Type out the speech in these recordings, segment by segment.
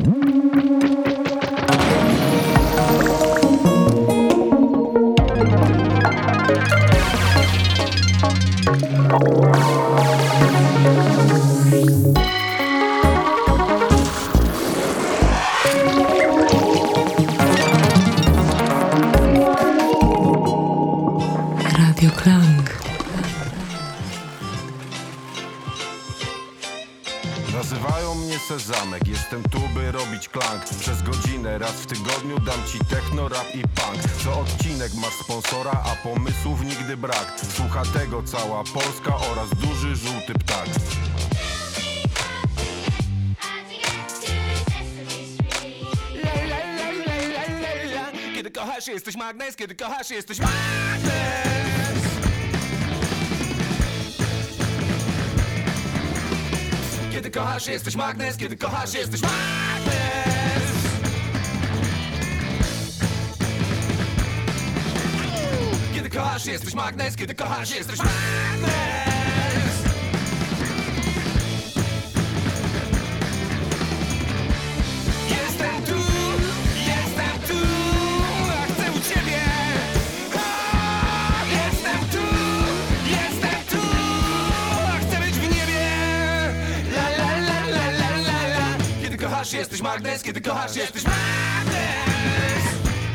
Radio Klang. Nazywają mnie Sezamek, jestem tu by robić klank. Przez godzinę raz w tygodniu dam ci techno, rap i punk. Co odcinek masz sponsora, a pomysłów nigdy brak. Słucha tego cała Polska oraz duży żółty ptak. Kiedy kochasz, jesteś magnes, kiedy kochasz, jesteś magnes. Kiedy kochasz, jesteś magnes, kiedy kochasz, jesteś magnes. Kiedy kochasz, jesteś magnes, kiedy kochasz, jesteś magnes. Jestem tu, a chcę u ciebie. Jestem tu, a chcę być w niebie. La la la la la la la. Kiedy kochasz, jesteś magnes, kiedy kochasz, jesteś magnes.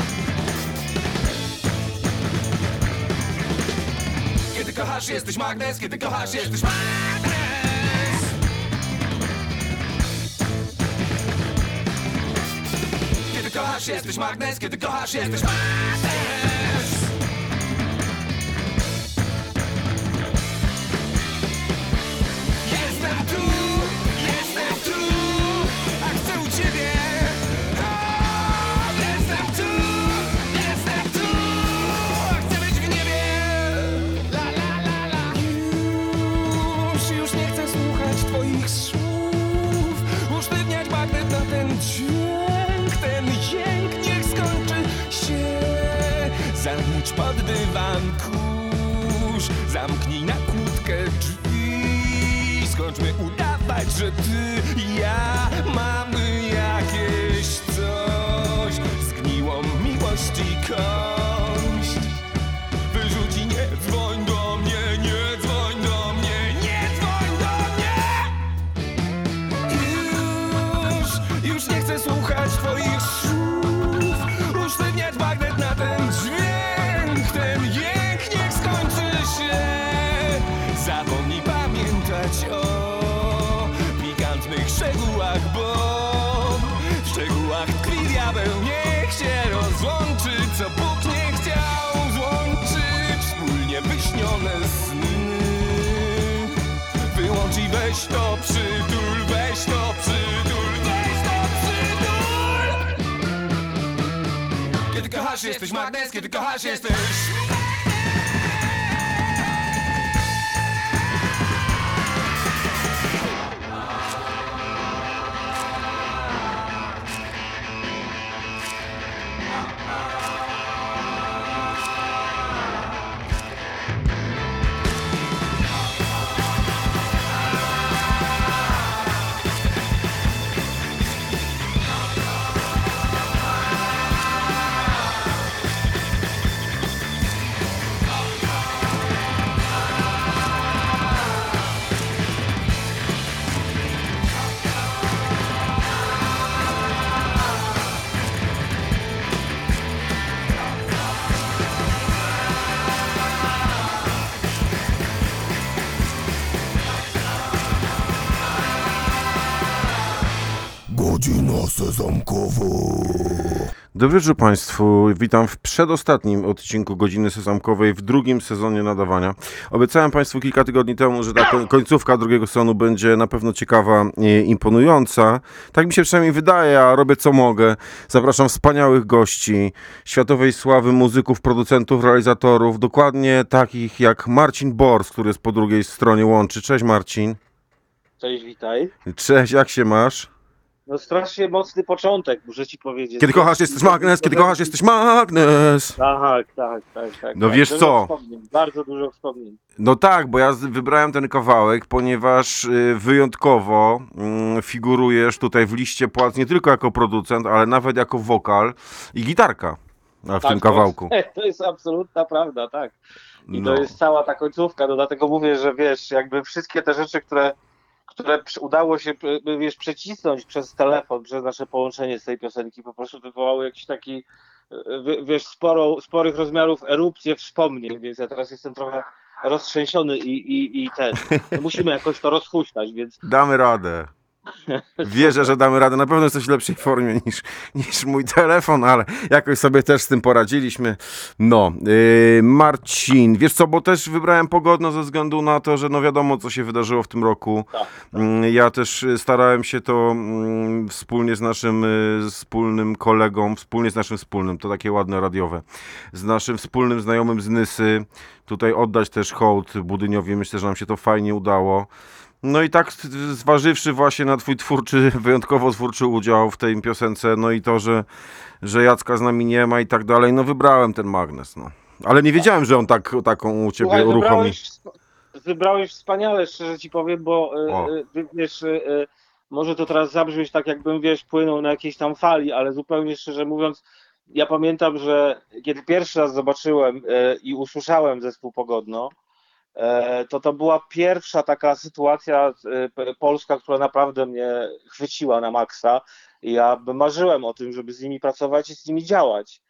Kiedy kochasz, jesteś magnes, kiedy kochasz, jesteś magnes. Kiedy kochasz, jesteś magnes, kiedy kochasz, jesteś magnes. Jestem tu, a chcę u ciebie. Jestem tu, a chcę być w niebie. La la la la. Już nie chcę słuchać twoich słów. Usztywniać magnet na ten dźwięk. Ten jęk niech skończy się. Zamknij pod dywan kurz. Zamknij na kłódkę drzwi. Skończmy udawać, że ty i ja mamy jakieś coś. Zgniłą miłość i kość. Wyrzuci, nie dzwoń do mnie, nie dzwoń do mnie, nie dzwoń do mnie. Już nie chcę słuchać twoich słów. Usztywniać magnet na ten dźwięk. Ten jęk niech skończy się. Zapomnij pamiętać o pikantnych szczegółach, bo w szczegółach tkwi diabeł. Niech się rozłączy, co Bóg nie chciał złączyć. Wspólnie wyśnione sny wyłącz i weź to przytul, weź to przytul, weź to przytul. Kiedy kochasz, jesteś magnes, kiedy kochasz, jesteś. Godzina sezamkowa. Dobry wieczór Państwu, witam w przedostatnim odcinku Godziny Sezamkowej w drugim sezonie nadawania. Obiecałem Państwu kilka tygodni temu, że ta końcówka drugiego sezonu będzie na pewno ciekawa i imponująca. Tak mi się przynajmniej wydaje, a robię co mogę. Zapraszam wspaniałych gości, światowej sławy muzyków, producentów, realizatorów, dokładnie takich jak Marcin Bors, który jest po drugiej stronie łączy. Cześć Marcin. Cześć, witaj. Cześć, jak się masz? No strasznie mocny początek, muszę ci powiedzieć. Kiedy kochasz, jesteś magnes, kiedy kochasz, jesteś magnes. Tak. No wiesz Dużo co? Wspomnień, bardzo dużo wspomnień. No tak, bo ja wybrałem ten kawałek, ponieważ wyjątkowo figurujesz tutaj w liście płac nie tylko jako producent, ale nawet jako wokal i gitarka w tym kawałku. To jest absolutna prawda, tak. I No. to jest cała ta końcówka, no dlatego mówię, że wiesz, jakby wszystkie te rzeczy, które udało się, wiesz, przecisnąć przez telefon, przez nasze połączenie z tej piosenki, po prostu wywołały jakiś taki, wiesz, sporych rozmiarów erupcję wspomnień, więc ja teraz jestem trochę roztrzęsiony i no musimy jakoś to rozhuśtać, więc Damy radę. Wierzę, że damy radę. Na pewno jesteś w lepszej formie niż mój telefon, ale jakoś sobie też z tym poradziliśmy. No, Marcin, wiesz co, bo też wybrałem pogodno ze względu na to, że no wiadomo, co się wydarzyło w tym roku. tak. Ja też starałem się to wspólnie z naszym wspólnym kolegą, to takie ładne radiowe, z naszym wspólnym znajomym z Nysy, tutaj oddać też hołd Budyniowi. Myślę, że nam się to fajnie udało. No i tak zważywszy właśnie na twój wyjątkowo twórczy udział w tej piosence, no i to, że Jacka z nami nie ma i tak dalej, no wybrałem ten magnes, no. Ale nie wiedziałem, że on taką u ciebie Słuchaj, uruchomi. wybrałeś wspaniale, szczerze ci powiem, bo wiesz, może to teraz zabrzmieć tak, jakbym, wiesz, płynął na jakiejś tam fali, ale zupełnie szczerze mówiąc, ja pamiętam, że kiedy pierwszy raz zobaczyłem i usłyszałem zespół Pogodno, to była pierwsza taka sytuacja polska, która naprawdę mnie chwyciła na maksa. Ja marzyłem o tym, żeby z nimi pracować i z nimi działać.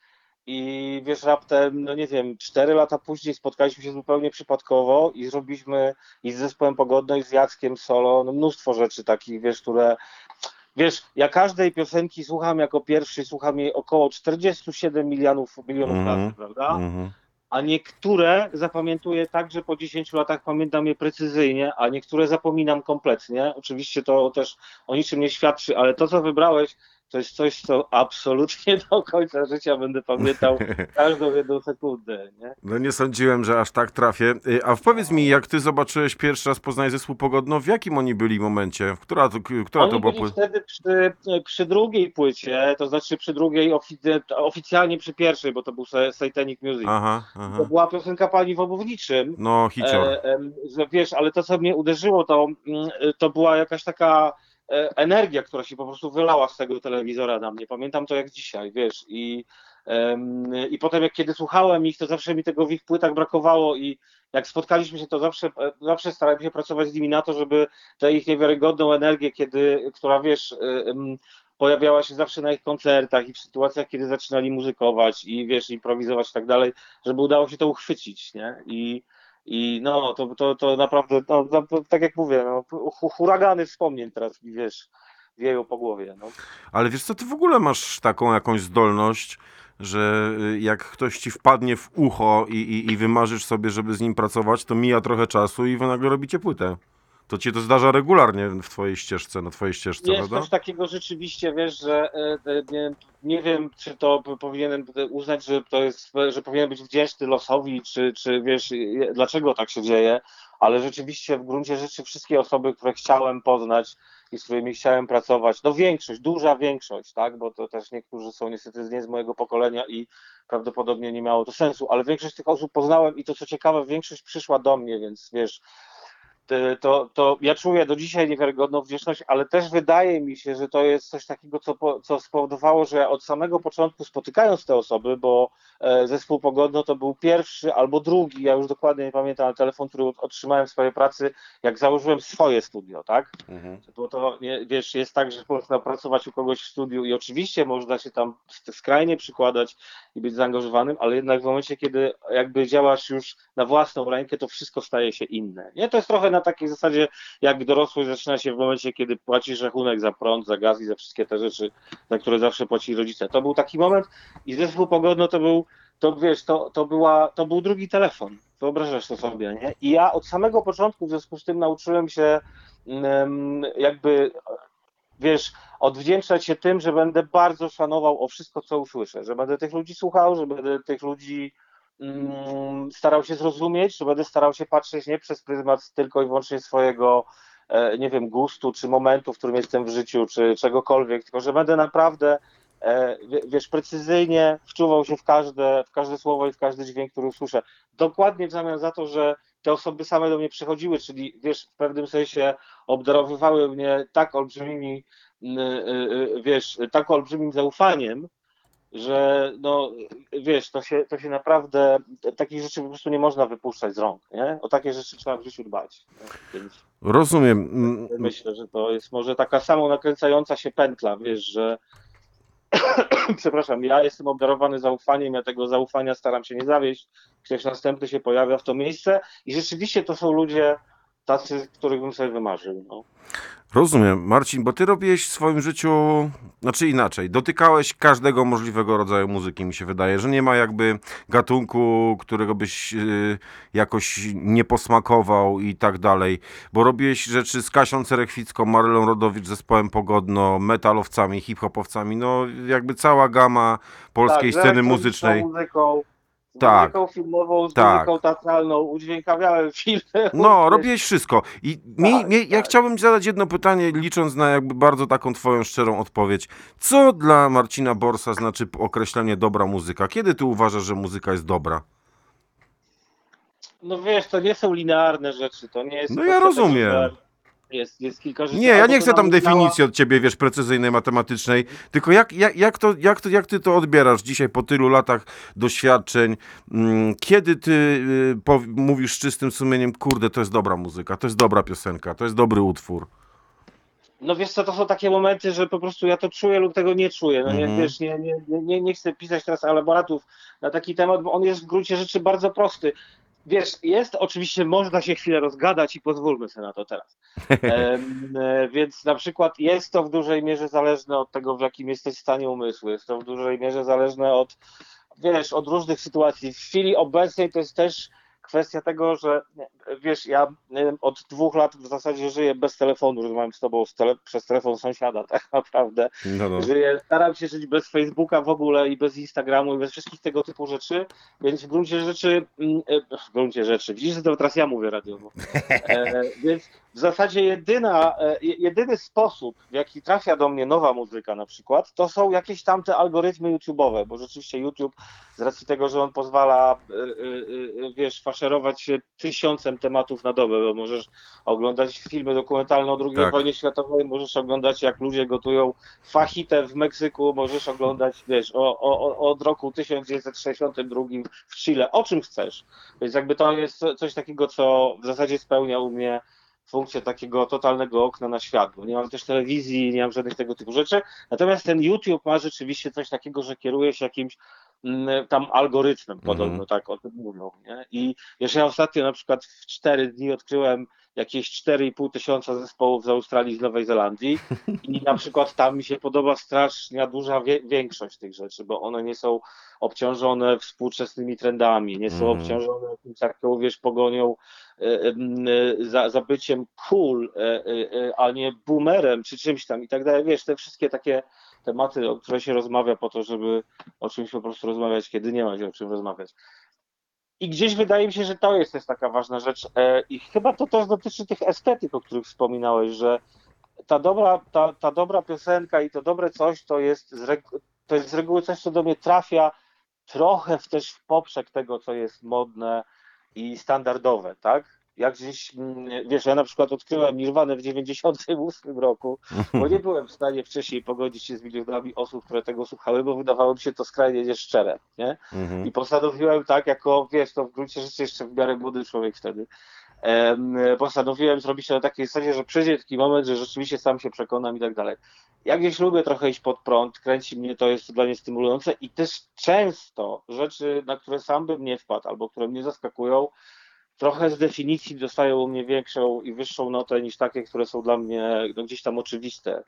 I wiesz, raptem, no nie wiem, 4 lata później spotkaliśmy się zupełnie przypadkowo i zrobiliśmy i z zespołem Pogodno, i z Jackiem solo, no mnóstwo rzeczy takich, wiesz, które... Wiesz, ja każdej piosenki słucham jako pierwszy, słucham jej około 47 milionów razy, prawda? A niektóre zapamiętuję tak, że po 10 latach pamiętam je precyzyjnie, a niektóre zapominam kompletnie. Oczywiście to też o niczym nie świadczy, ale to, co wybrałeś, to jest coś, co absolutnie do końca życia będę pamiętał każdą jedną sekundę. Nie? No nie sądziłem, że aż tak trafię. A powiedz mi, jak ty zobaczyłeś pierwszy raz Poznań zespół Pogodno, w jakim oni byli momencie? Która Oni to była byli wtedy przy drugiej płycie, to znaczy przy drugiej, oficjalnie przy pierwszej, bo to był Satanic Music. Aha. To była piosenka Pani w obowniczym. No, hicior. Że wiesz, ale to, co mnie uderzyło, to była jakaś taka energia, która się po prostu wylała z tego telewizora na mnie. Pamiętam to jak dzisiaj, wiesz. I potem, kiedy słuchałem ich, to zawsze mi tego w ich płytach brakowało i jak spotkaliśmy się, to zawsze starałem się pracować z nimi na to, żeby tę ich niewiarygodną energię, która wiesz, pojawiała się zawsze na ich koncertach i w sytuacjach, kiedy zaczynali muzykować i wiesz, improwizować i tak dalej, żeby udało się to uchwycić, nie? I no, to naprawdę, no, tak jak mówię, no, huragany wspomnień teraz mi, wiesz, wieją po głowie. No. Ale wiesz co, ty w ogóle masz taką jakąś zdolność, że jak ktoś ci wpadnie w ucho i wymarzysz sobie, żeby z nim pracować, to mija trochę czasu i wy nagle robicie płytę. To ci to zdarza regularnie w twojej ścieżce, na twojej ścieżce, Jest prawda? coś takiego rzeczywiście, wiesz, że nie wiem, czy to powinienem uznać, że to jest, że powinien być wdzięczny losowi, czy wiesz, dlaczego tak się dzieje, ale rzeczywiście w gruncie rzeczy wszystkie osoby, które chciałem poznać i z którymi chciałem pracować, no większość, duża większość, tak, bo to też niektórzy są niestety nie z mojego pokolenia i prawdopodobnie nie miało to sensu, ale większość tych osób poznałem i to co ciekawe, większość przyszła do mnie, więc wiesz, to ja czuję do dzisiaj niewiarygodną wdzięczność, ale też wydaje mi się, że to jest coś takiego, co spowodowało, że ja od samego początku spotykając te osoby, bo zespół Pogodno to był pierwszy albo drugi, ja już dokładnie nie pamiętam, telefon, który otrzymałem w swojej pracy, jak założyłem swoje studio, tak? Bo to, wiesz, jest tak, że można pracować u kogoś w studiu i oczywiście można się tam skrajnie przykładać i być zaangażowanym, ale jednak w momencie, kiedy jakby działasz już na własną rękę, to wszystko staje się inne. Nie? To jest trochę na takiej zasadzie, jak dorosłość zaczyna się w momencie, kiedy płacisz rachunek za prąd, za gaz i za wszystkie te rzeczy, za które zawsze płacili rodzice. To był taki moment i zespół Pogodno to był drugi telefon. Wyobrażasz to sobie, nie? I ja od samego początku w związku z tym nauczyłem się jakby, wiesz, odwdzięczać się tym, że będę bardzo szanował o wszystko, co usłyszę, że będę tych ludzi słuchał, że będę tych ludzi starał się zrozumieć, że będę starał się patrzeć nie przez pryzmat tylko i wyłącznie swojego nie wiem, gustu, czy momentu, w którym jestem w życiu, czy czegokolwiek, tylko że będę naprawdę, wiesz, precyzyjnie wczuwał się w każde słowo i w każdy dźwięk, który usłyszę. Dokładnie w zamian za to, że te osoby same do mnie przychodziły, czyli wiesz, w pewnym sensie obdarowywały mnie tak olbrzymimi, wiesz, tak olbrzymim zaufaniem, że no wiesz, to się naprawdę, takich rzeczy po prostu nie można wypuszczać z rąk, nie? O takie rzeczy trzeba w życiu dbać. Nie? Więc Rozumiem. myślę, że to jest może taka samo nakręcająca się pętla, wiesz, że przepraszam, ja jestem obdarowany zaufaniem, ja tego zaufania staram się nie zawieść, ktoś następny się pojawia w to miejsce i rzeczywiście to są ludzie tacy, których bym sobie wymarzył, no. Rozumiem, Marcin, bo ty robiłeś w swoim życiu, znaczy inaczej, dotykałeś każdego możliwego rodzaju muzyki, mi się wydaje, że nie ma jakby gatunku, którego byś jakoś nie posmakował i tak dalej, bo robiłeś rzeczy z Kasią Cerekwicką, Marylą Rodowicz, zespołem Pogodno, metalowcami, hip-hopowcami, no jakby cała gama polskiej Tak, z sceny elektroniczną muzycznej. muzyką, z Tak, muzyką filmową, z tak. muzyką teatralną, udźwiękawiałem filmy. No, robiłeś wszystko. I ja tak. chciałbym ci zadać jedno pytanie, licząc na jakby bardzo taką twoją szczerą odpowiedź. Co dla Marcina Borsa znaczy określenie dobra muzyka? Kiedy ty uważasz, że muzyka jest dobra? No wiesz, to nie są linearne rzeczy, to nie jest No ja kwestia tego, rozumiem. że jest kilka rzeczy. Nie, ja albo nie to chcę na tam mnie działa. definicji od ciebie, wiesz, precyzyjnej, matematycznej, tylko jak ty to odbierasz dzisiaj po tylu latach doświadczeń? Kiedy ty mówisz z czystym sumieniem, kurde, to jest dobra muzyka, to jest dobra piosenka, to jest dobry utwór? No wiesz co, to są takie momenty, że po prostu ja to czuję lub tego nie czuję. No nie, wiesz, nie chcę pisać teraz elaboratów na taki temat, bo on jest w gruncie rzeczy bardzo prosty. Wiesz, oczywiście, można się chwilę rozgadać i pozwólmy sobie na to teraz. Więc na przykład jest to w dużej mierze zależne od tego, w jakim jesteś stanie umysłu. Jest to w dużej mierze zależne od, wiesz, od różnych sytuacji. W chwili obecnej to jest też kwestia tego, że wiesz, ja od 2 lat w zasadzie żyję bez telefonu, rozmawiam z tobą przez telefon sąsiada, tak naprawdę. No. Staram się żyć bez Facebooka w ogóle i bez Instagramu i bez wszystkich tego typu rzeczy, więc w gruncie rzeczy, widzisz, że to teraz ja mówię radiowo. Więc w zasadzie jedyny sposób, w jaki trafia do mnie nowa muzyka na przykład, to są jakieś tamte algorytmy YouTube'owe, bo rzeczywiście YouTube z racji tego, że on pozwala, wiesz, faszerować się 1000 tematów na dobę, bo możesz oglądać filmy dokumentalne o II Tak. wojnie światowej, możesz oglądać, jak ludzie gotują fajitę w Meksyku, możesz oglądać, wiesz, od roku 1962 w Chile, o czym chcesz. Więc jakby to jest coś takiego, co w zasadzie spełnia u mnie funkcję takiego totalnego okna na świat, bo nie mam też telewizji, nie mam żadnych tego typu rzeczy, natomiast ten YouTube ma rzeczywiście coś takiego, że kieruje się jakimś tam algorytmem, podobno tak o tym mówią, nie? I jeszcze ja ostatnio na przykład w 4 dni odkryłem jakieś 4,5 tysiąca zespołów z Australii, z Nowej Zelandii i na przykład tam mi się podoba strasznie duża większość tych rzeczy, bo one nie są obciążone współczesnymi trendami, nie są obciążone jakimś taką, wiesz, pogonią za byciem cool, a nie boomerem czy czymś tam i tak dalej. Wiesz, te wszystkie takie tematy, o które się rozmawia po to, żeby o czymś po prostu rozmawiać, kiedy nie ma się o czym rozmawiać. I gdzieś wydaje mi się, że to jest też taka ważna rzecz. I chyba to też dotyczy tych estetyk, o których wspominałeś, że ta dobra piosenka i to dobre coś to jest z reguły coś, co do mnie trafia trochę też w poprzek tego, co jest modne i standardowe, tak? Jak gdzieś, wiesz, ja na przykład odkryłem Nirwanę w 98 roku, bo nie byłem w stanie wcześniej pogodzić się z milionami osób, które tego słuchały, bo wydawało mi się to skrajnie nieszczere, nie? I postanowiłem tak, jako, wiesz, to w gruncie rzeczy jeszcze w miarę młody człowiek wtedy, postanowiłem zrobić to na takiej zasadzie, że przyjdzie taki moment, że rzeczywiście sam się przekonam i tak dalej. Ja gdzieś lubię trochę iść pod prąd, kręci mnie, to jest dla mnie stymulujące i też często rzeczy, na które sam bym nie wpadł albo które mnie zaskakują, trochę z definicji dostają u mnie większą i wyższą notę niż takie, które są dla mnie no, gdzieś tam oczywiste.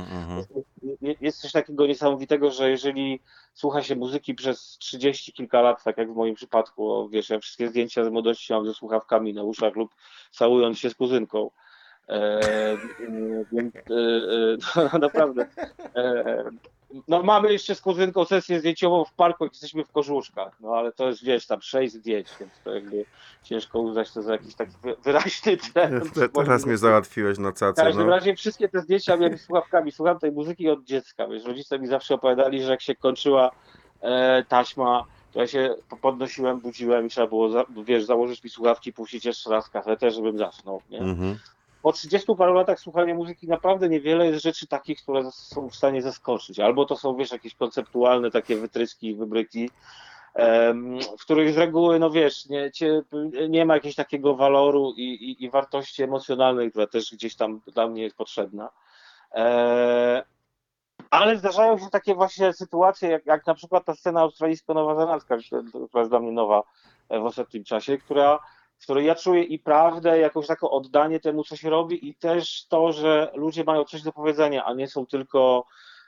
Jest coś takiego niesamowitego, że jeżeli słucha się muzyki przez 30 kilka lat, tak jak w moim przypadku, wiesz, ja wszystkie zdjęcia z młodości mam ze słuchawkami na uszach lub całując się z kuzynką. Więc no, naprawdę. No mamy jeszcze z kuzynką sesję zdjęciową w parku, jak jesteśmy w Kożuszkach, no ale to jest, wiesz, tam 6 zdjęć, więc to jakby ciężko uznać to za jakiś taki wyraźny trend. Teraz mnie załatwiłeś na W cacę, każdym no. razie wszystkie te zdjęcia miałem z słuchawkami. Słucham tej muzyki od dziecka. Wiesz, rodzice mi zawsze opowiadali, że jak się kończyła taśma, to ja się podnosiłem, budziłem i trzeba było, wiesz, założyć mi słuchawki, puścić jeszcze raz kasetę, żebym zasnął. Nie? Mhm. Po 30 paru latach słuchania muzyki naprawdę niewiele jest rzeczy takich, które są w stanie zaskoczyć. Albo to są, wiesz, jakieś konceptualne takie wytryski i wybryki, w których z reguły, no wiesz, nie ma jakiegoś takiego waloru i wartości emocjonalnej, która też gdzieś tam dla mnie jest potrzebna. Ale zdarzają się takie właśnie sytuacje, jak na przykład ta scena australijsko-nowozelandzka, która jest dla mnie nowa w ostatnim czasie, w której ja czuję i prawdę, jakąś taką oddanie temu, co się robi, i też to, że ludzie mają coś do powiedzenia, a nie są tylko,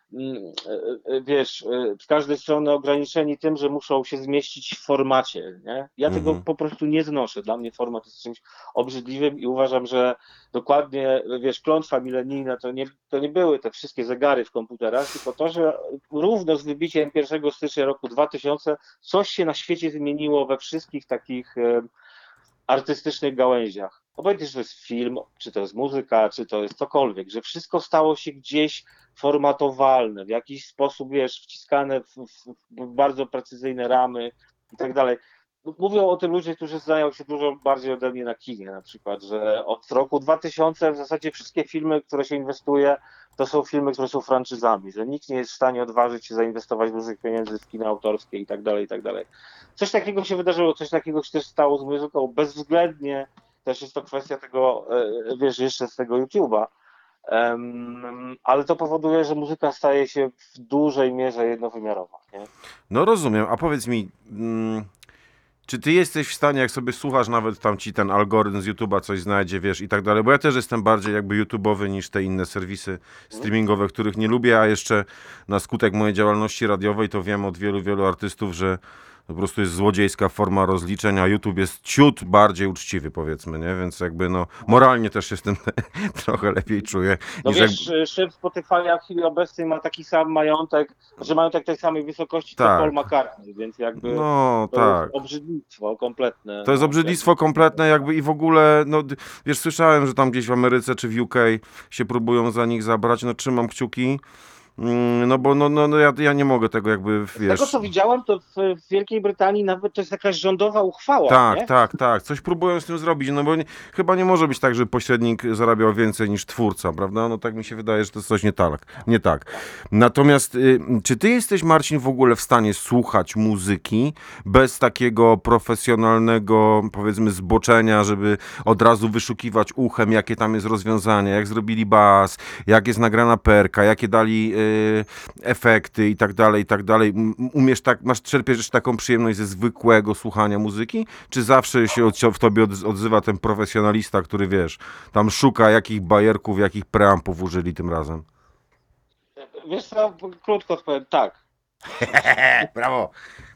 wiesz, z każdej strony ograniczeni tym, że muszą się zmieścić w formacie. Nie? Ja tego po prostu nie znoszę. Dla mnie format jest czymś obrzydliwym i uważam, że dokładnie, wiesz, klątwa milenijna to nie były te wszystkie zegary w komputerach, tylko to, że równo z wybiciem 1 stycznia roku 2000 coś się na świecie zmieniło we wszystkich takich artystycznych gałęziach. Obojętnie, czy to jest film, czy to jest muzyka, czy to jest cokolwiek, że wszystko stało się gdzieś formatowalne, w jakiś sposób, wiesz, wciskane w bardzo precyzyjne ramy i tak dalej. Mówią o tym ludzie, którzy znają się dużo bardziej ode mnie na kinie na przykład, że od roku 2000 w zasadzie wszystkie filmy, które się inwestuje, to są filmy, które są franczyzami, że nikt nie jest w stanie odważyć się zainwestować dużych pieniędzy w kino autorskie i tak dalej, i tak dalej. Coś takiego się wydarzyło, coś takiego się też stało z muzyką, bezwzględnie też jest to kwestia tego, wiesz, jeszcze z tego YouTube'a, ale to powoduje, że muzyka staje się w dużej mierze jednowymiarowa, nie? No rozumiem, a powiedz mi, czy ty jesteś w stanie, jak sobie słuchasz, nawet tam ci ten algorytm z YouTube'a coś znajdzie, wiesz, i tak dalej, bo ja też jestem bardziej jakby YouTube'owy niż te inne serwisy streamingowe, których nie lubię, a jeszcze na skutek mojej działalności radiowej to wiem od wielu, wielu artystów, że to po prostu jest złodziejska forma rozliczeń, a YouTube jest ciut bardziej uczciwy, powiedzmy, nie? Więc jakby no moralnie też się z tym trochę lepiej czuję. No niż wiesz, szef Spotify'a w chwili obecnej ma taki sam majątek, że majątek tej samej wysokości Tak. co Paul McCartney, więc jakby No to tak. jest obrzydlictwo kompletne. To jest No, obrzydlistwo kompletne jakby i w ogóle, no wiesz, słyszałem, że tam gdzieś w Ameryce czy w UK się próbują za nich zabrać, no trzymam kciuki, no bo ja nie mogę tego jakby, Z wiesz... tego co widziałem, to w Wielkiej Brytanii nawet to jest jakaś rządowa uchwała, Tak, nie? tak, coś próbują z tym zrobić, no bo chyba nie może być tak, że pośrednik zarabiał więcej niż twórca, prawda? No tak mi się wydaje, że to jest coś nie tak. Natomiast czy ty jesteś, Marcin, w ogóle w stanie słuchać muzyki bez takiego profesjonalnego, powiedzmy, zboczenia, żeby od razu wyszukiwać uchem, jakie tam jest rozwiązanie, jak zrobili bas, jak jest nagrana perka, jakie dali efekty i tak dalej, i tak dalej. Umiesz tak, czerpiesz taką przyjemność ze zwykłego słuchania muzyki? Czy zawsze się w tobie odzywa ten profesjonalista, który, wiesz, tam szuka jakich bajerków, jakich preampów użyli tym razem? Wiesz co, krótko odpowiem, tak. Brawo!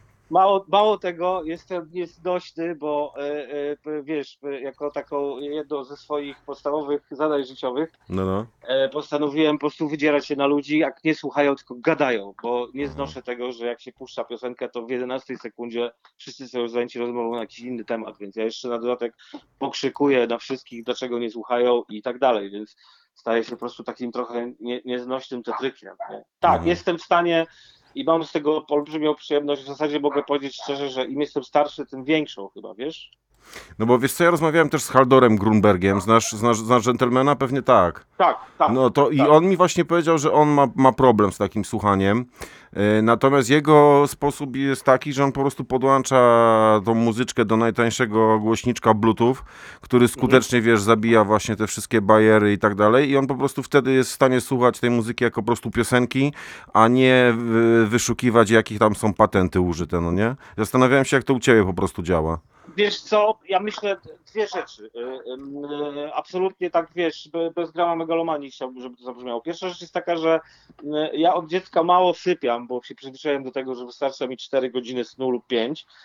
Mało tego, jestem nieznośny, bo wiesz, jako taką jedną ze swoich podstawowych zadań życiowych No. postanowiłem po prostu wydzierać się na ludzi, jak nie słuchają, tylko gadają, bo nie znoszę tego, że jak się puszcza piosenkę, to w 11 sekundzie wszyscy są już zajęci rozmową na jakiś inny temat, więc ja jeszcze na dodatek pokrzykuję na wszystkich, dlaczego nie słuchają i tak dalej, więc staję się po prostu takim trochę nieznośnym tetrykiem. Nie? Tak, jestem w stanie i mam z tego olbrzymią przyjemność. W zasadzie mogę powiedzieć szczerze, że im jestem starszy, tym większą chyba, wiesz? No bo wiesz co, ja rozmawiałem też z Haldorem Grunbergiem, znasz Gentlemana? Pewnie tak. Tak. No to i on mi właśnie powiedział, że on ma problem z takim słuchaniem. Natomiast jego sposób jest taki, że on po prostu podłącza tą muzyczkę do najtańszego głośniczka Bluetooth, który skutecznie, wiesz, zabija właśnie te wszystkie bariery i tak dalej, i on po prostu wtedy jest w stanie słuchać tej muzyki jako po prostu piosenki, a nie wyszukiwać, jakich tam są patenty użyte, no nie? Zastanawiałem się, jak to u ciebie po prostu działa. Wiesz co, ja myślę dwie rzeczy. Absolutnie tak, wiesz, bez grama megalomanii chciałbym, żeby to zabrzmiało. Pierwsza rzecz jest taka, że ja od dziecka mało sypiam, bo się przyzwyczaiłem do tego, że wystarcza mi 4 godziny snu lub 5.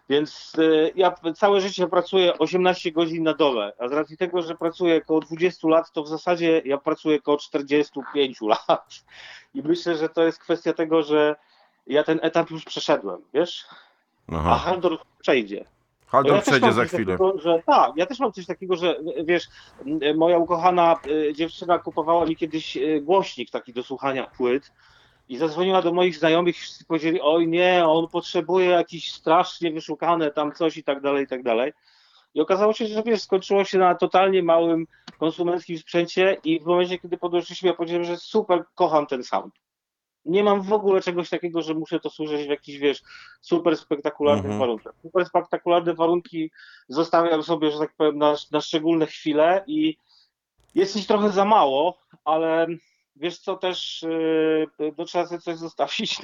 Więc ja całe życie pracuję 18 godzin na dobę, a z racji tego, że pracuję około 20 lat, to w zasadzie ja pracuję około 45 lat. I myślę, że to jest kwestia tego, że ja ten etap już przeszedłem, wiesz? A Aha. Haldor przejdzie. Bo Haldor ja też przejdzie mam za coś chwilę. takiego, że tak, ja też mam coś takiego, że wiesz, moja ukochana dziewczyna kupowała mi kiedyś głośnik taki do słuchania płyt i zadzwoniła do moich znajomych i wszyscy powiedzieli, oj nie, on potrzebuje jakiś strasznie wyszukane tam coś i tak dalej, i tak dalej. I okazało się, że wiesz, skończyło się na totalnie małym konsumenckim sprzęcie i w momencie, kiedy podeszliśmy, ja powiedziałem, że super, kocham ten sound. Nie mam w ogóle czegoś takiego, że muszę to słyszeć w jakichś, wiesz, super spektakularnych warunkach. Super spektakularne warunki zostawiam sobie, że tak powiem, na szczególne chwile i jest ich trochę za mało, ale wiesz co, też no, trzeba sobie coś zostawić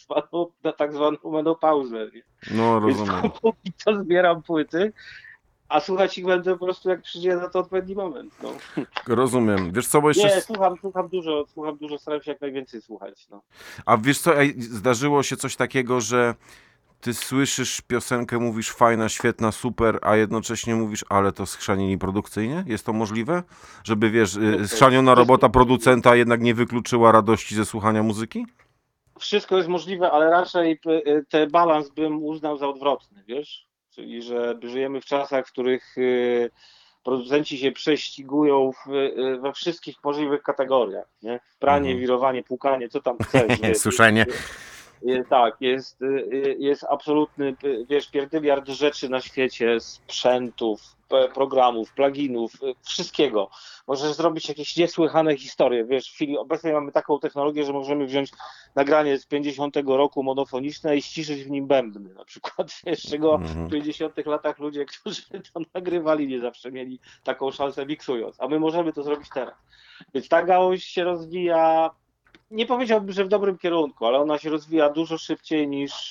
na tak zwaną menopauzę. Nie? No, Więc rozumiem. póki co zbieram płyty, a słuchać ich będę po prostu jak przyjdzie na to odpowiedni moment. No. Rozumiem. Wiesz co, bo jeszcze... Nie, słucham dużo, staram się jak najwięcej słuchać. No. A wiesz co, zdarzyło się coś takiego, że ty słyszysz piosenkę, mówisz fajna, świetna, super, a jednocześnie mówisz, ale to schrzanili produkcyjnie? Jest to możliwe? Żeby, wiesz, schrzaniona robota producenta jednak nie wykluczyła radości ze słuchania muzyki? Wszystko jest możliwe, ale raczej ten balans bym uznał za odwrotny, wiesz? Czyli, że żyjemy w czasach, w których producenci się prześcigują we wszystkich możliwych kategoriach, nie? Pranie, wirowanie, płukanie, co tam chcesz. wiesz. Suszenie. Tak, jest absolutny, wiesz, pierdyliard rzeczy na świecie, sprzętów, programów, pluginów, wszystkiego. Możesz zrobić jakieś niesłychane historie, wiesz, w chwili obecnej mamy taką technologię, że możemy wziąć nagranie z 50 roku monofoniczne i ściszyć w nim bębny na przykład, wiesz, czego w 50 latach ludzie, którzy to nagrywali, nie zawsze mieli taką szansę miksując, a my możemy to zrobić teraz. Więc ta gałąź się rozwija, nie powiedziałbym, że w dobrym kierunku, ale ona się rozwija dużo szybciej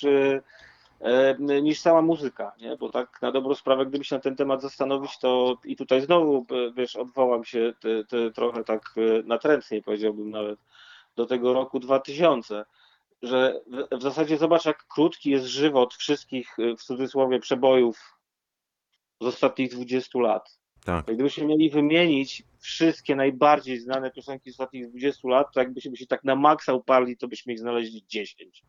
niż sama muzyka, nie? Bo tak na dobrą sprawę, gdyby się na ten temat zastanowić, to i tutaj znowu, wiesz, odwołam się trochę tak natrętnie, powiedziałbym nawet, do tego roku 2000, że w zasadzie zobacz, jak krótki jest żywot wszystkich, w cudzysłowie, przebojów z ostatnich 20 lat. Tak. Gdybyśmy mieli wymienić wszystkie najbardziej znane piosenki z ostatnich 20 lat, to jakbyśmy się tak na maksa uparli, to byśmy ich znaleźli 10.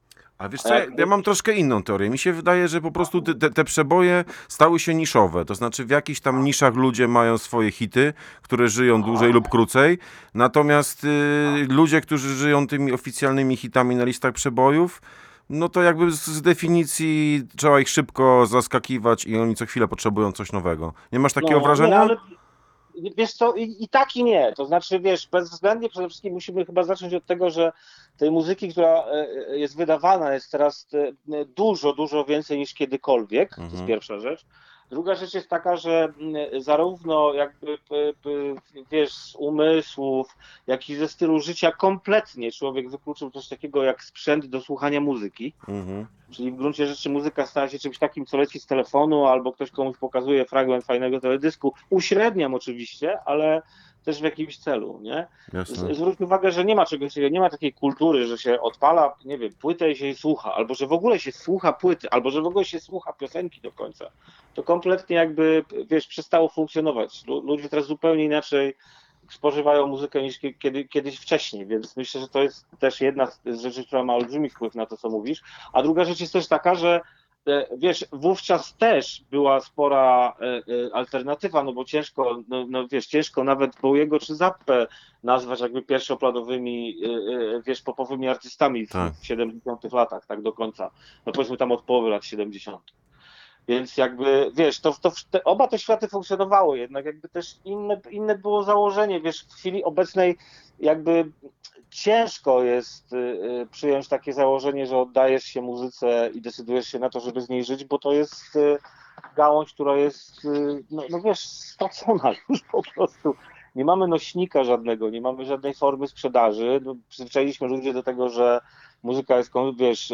A wiesz co, ja mam troszkę inną teorię. Mi się wydaje, że po prostu te przeboje stały się niszowe. To znaczy w jakichś tam niszach ludzie mają swoje hity, które żyją dłużej lub krócej. Natomiast ludzie, którzy żyją tymi oficjalnymi hitami na listach przebojów, no to jakby z definicji trzeba ich szybko zaskakiwać i oni co chwilę potrzebują coś nowego. Nie masz takiego wrażenia? Nie, ale wiesz co, i tak i nie. To znaczy, wiesz, bezwzględnie przede wszystkim musimy chyba zacząć od tego, że tej muzyki, która jest wydawana, jest teraz dużo, dużo więcej niż kiedykolwiek. To jest pierwsza rzecz. Druga rzecz jest taka, że zarówno jakby, wiesz, z umysłów, jak i ze stylu życia kompletnie człowiek wykluczył coś takiego jak sprzęt do słuchania muzyki. Czyli w gruncie rzeczy muzyka stała się czymś takim, co leci z telefonu, albo ktoś komuś pokazuje fragment fajnego teledysku. Uśredniam oczywiście, ale też w jakimś celu, nie? Jasne. Zwróć uwagę, że nie ma czegoś takiego, nie ma takiej kultury, że się odpala, nie wiem, płytę i się jej słucha, albo że w ogóle się słucha płyty, albo że w ogóle się słucha piosenki do końca. To kompletnie jakby, wiesz, przestało funkcjonować. Ludzie teraz zupełnie inaczej spożywają muzykę niż kiedyś wcześniej, więc myślę, że to jest też jedna z rzeczy, która ma olbrzymi wpływ na to, co mówisz. A druga rzecz jest też taka, że wiesz, wówczas też była spora alternatywa, no bo ciężko, wiesz, ciężko nawet Bowiego czy Zappę nazwać jakby pierwszoplanowymi, wiesz, popowymi artystami w 70 latach, tak do końca. No powiedzmy tam od połowy lat 70. Więc jakby, wiesz, oba te światy funkcjonowały, jednak jakby też inne było założenie, wiesz, w chwili obecnej jakby ciężko jest przyjąć takie założenie, że oddajesz się muzyce i decydujesz się na to, żeby z niej żyć, bo to jest gałąź, która jest, no wiesz, stracona już po prostu. Nie mamy nośnika żadnego, nie mamy żadnej formy sprzedaży. No, przyzwyczailiśmy ludzi do tego, że muzyka jest, wiesz,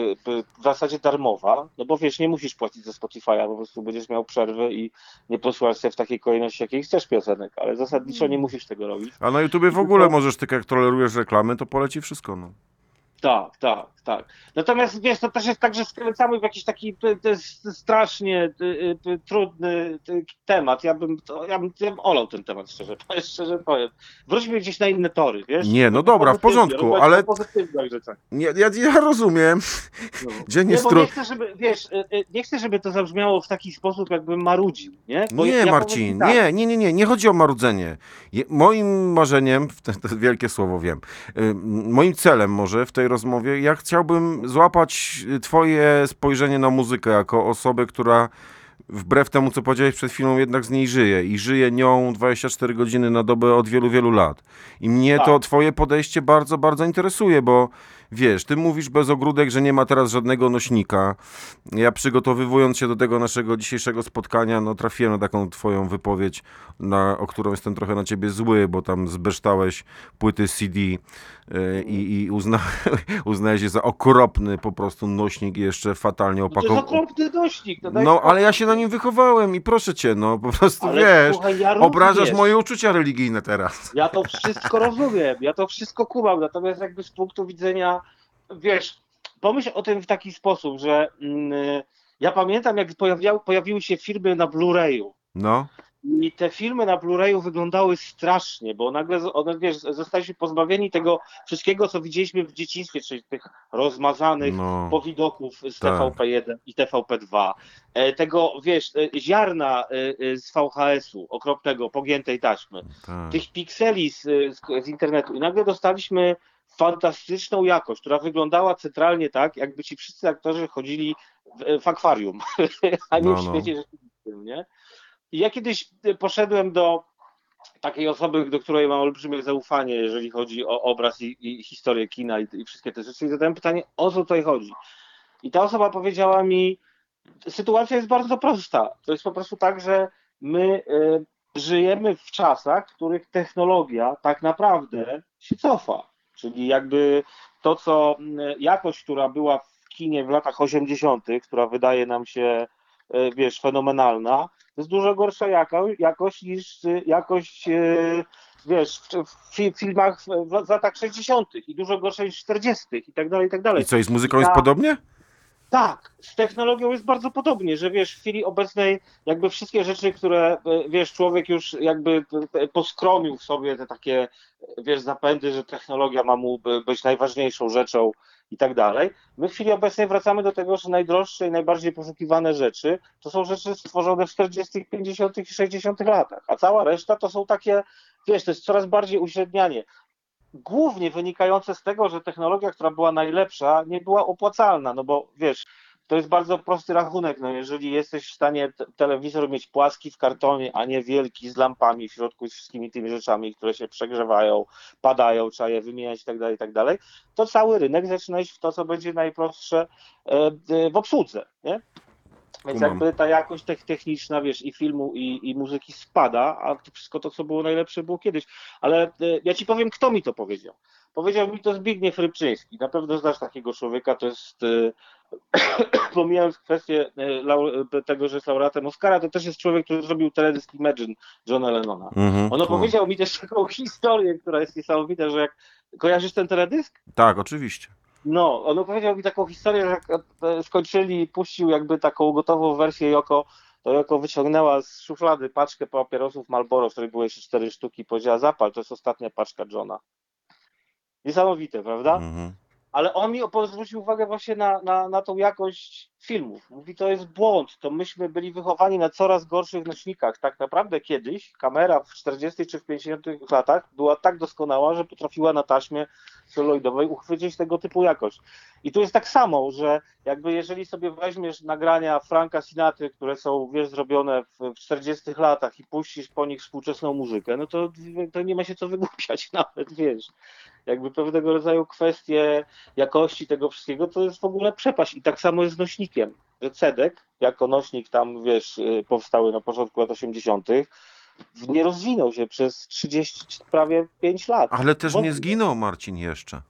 w zasadzie darmowa, no bo wiesz, nie musisz płacić za Spotify'a, po prostu będziesz miał przerwy i nie posłuchasz sobie w takiej kolejności, jakiej chcesz piosenek, ale zasadniczo nie musisz tego robić. A na YouTubie w ogóle możesz, tylko jak tolerujesz reklamy, to poleci wszystko, no. Tak, tak, tak. Natomiast wiesz, to też jest tak, że skręcamy w jakiś taki to jest strasznie trudny temat. Ja bym olał ten temat, szczerze powiem. Wróćmy gdzieś na inne tory, wiesz? Nie, no dobra, w porządku, rozmawiać ale o pozytywnych rzeczach. ja rozumiem. No. Dzień Nie, jest bo nie chcę, żeby, wiesz, nie chcę, żeby to zabrzmiało w taki sposób, jakbym marudził, nie? Bo Nie, ja Marcin, powiem tak, nie chodzi o marudzenie. Moim marzeniem, to wielkie słowo wiem, moim celem może w tej rozmowie, ja chciałbym złapać twoje spojrzenie na muzykę jako osobę, która wbrew temu, co powiedziałeś przed chwilą, jednak z niej żyje i żyje nią 24 godziny na dobę od wielu, wielu lat. I mnie to Tak. twoje podejście bardzo, bardzo interesuje, bo wiesz, ty mówisz bez ogródek, że nie ma teraz żadnego nośnika. Ja przygotowywując się do tego naszego dzisiejszego spotkania, no trafiłem na taką twoją wypowiedź, o którą jestem trochę na ciebie zły, bo tam zbeształeś płyty CD i uznałeś je za okropny po prostu nośnik i jeszcze fatalnie No to jest opakowany. okropny dośnik. Daj No, spokój. ale ja się na nim wychowałem i proszę cię, no po prostu Ale wiesz, słuchaj, ja obrażasz również. moje uczucia religijne teraz. Ja to wszystko rozumiem, ja to wszystko kumam, natomiast jakby z punktu widzenia, wiesz, pomyśl o tym w taki sposób, że ja pamiętam, jak pojawiły się filmy na Blu-rayu. No, I te filmy na Blu-rayu wyglądały strasznie, bo nagle wiesz, zostaliśmy pozbawieni tego wszystkiego, co widzieliśmy w dzieciństwie, czyli tych rozmazanych no, powidoków z tak. TVP1 i TVP2, tego, wiesz, ziarna z VHS-u, okropnego, pogiętej taśmy, tak. tych pikseli z internetu i nagle dostaliśmy fantastyczną jakość, która wyglądała centralnie tak, jakby ci wszyscy aktorzy chodzili w akwarium, a nie No, w no. świecie rzeczywistym, nie? I ja kiedyś poszedłem do takiej osoby, do której mam olbrzymie zaufanie, jeżeli chodzi o obraz i historię kina i wszystkie te rzeczy i zadałem pytanie, o co tutaj chodzi? I ta osoba powiedziała mi, sytuacja jest bardzo prosta. To jest po prostu tak, że my żyjemy w czasach, w których technologia tak naprawdę się cofa. Czyli jakby to, co jakość, która była w kinie w latach 80., która wydaje nam się, wiesz, fenomenalna, to jest dużo gorsza jakość niż jakość, wiesz, w filmach w latach 60. i dużo gorsza niż w 40. i tak dalej, i tak dalej. I co, i z muzyką jest podobnie? Tak, z technologią jest bardzo podobnie, że wiesz, w chwili obecnej jakby wszystkie rzeczy, które wiesz, człowiek już jakby poskromił w sobie te takie, wiesz, zapędy, że technologia ma mu być najważniejszą rzeczą i tak dalej. My w chwili obecnej wracamy do tego, że najdroższe i najbardziej poszukiwane rzeczy to są rzeczy stworzone w 40., 50. i 60. latach, a cała reszta to są takie, wiesz, to jest coraz bardziej uśrednianie. Głównie wynikające z tego, że technologia, która była najlepsza, nie była opłacalna, no bo wiesz, to jest bardzo prosty rachunek, no jeżeli jesteś w stanie telewizor mieć płaski w kartonie, a nie wielki z lampami w środku i z wszystkimi tymi rzeczami, które się przegrzewają, padają, trzeba je wymieniać i tak dalej, to cały rynek zaczyna iść w to, co będzie najprostsze w obsłudze, nie? Więc Kumam. jakby ta jakość techniczna, wiesz, i filmu, i muzyki spada, a to wszystko to, co było najlepsze, było kiedyś. Ale ja ci powiem, kto mi to powiedział. Powiedział mi to Zbigniew Rybczyński. Na pewno znasz takiego człowieka, to jest, pomijając kwestię tego, że jest laureatem Oscara, to też jest człowiek, który zrobił teledysk Imagine Johna Lennona. On opowiedział mi też taką historię, która jest niesamowita, że jak kojarzysz ten teledysk? Tak, oczywiście. No, on opowiedział mi taką historię, że jak skończyli, puścił jakby taką gotową wersję Yoko, to Yoko wyciągnęła z szuflady paczkę papierosów Marlboro, w której były jeszcze 4 sztuki i powiedziała, zapal, to jest ostatnia paczka Johna. Niesamowite, prawda? Mhm. Ale on mi zwrócił uwagę właśnie na tą jakość filmów. Mówi, to jest błąd, to myśmy byli wychowani na coraz gorszych nośnikach. Tak naprawdę kiedyś kamera w 40 czy w 50 latach była tak doskonała, że potrafiła na taśmie celuloidowej uchwycić tego typu jakość. I tu jest tak samo, że jakby jeżeli sobie weźmiesz nagrania Franka Sinatry, które są, wiesz, zrobione w 40 latach i puścisz po nich współczesną muzykę, no to nie ma się co wygłupiać nawet, wiesz. Jakby pewnego rodzaju kwestie jakości tego wszystkiego, to jest w ogóle przepaść. I tak samo jest z nośnikiem. Że Cedek, jako nośnik tam, wiesz, powstały na początku lat 80., nie rozwinął się przez 30, prawie 5 lat. Ale też Wątpię. nie zginął, Marcin, jeszcze.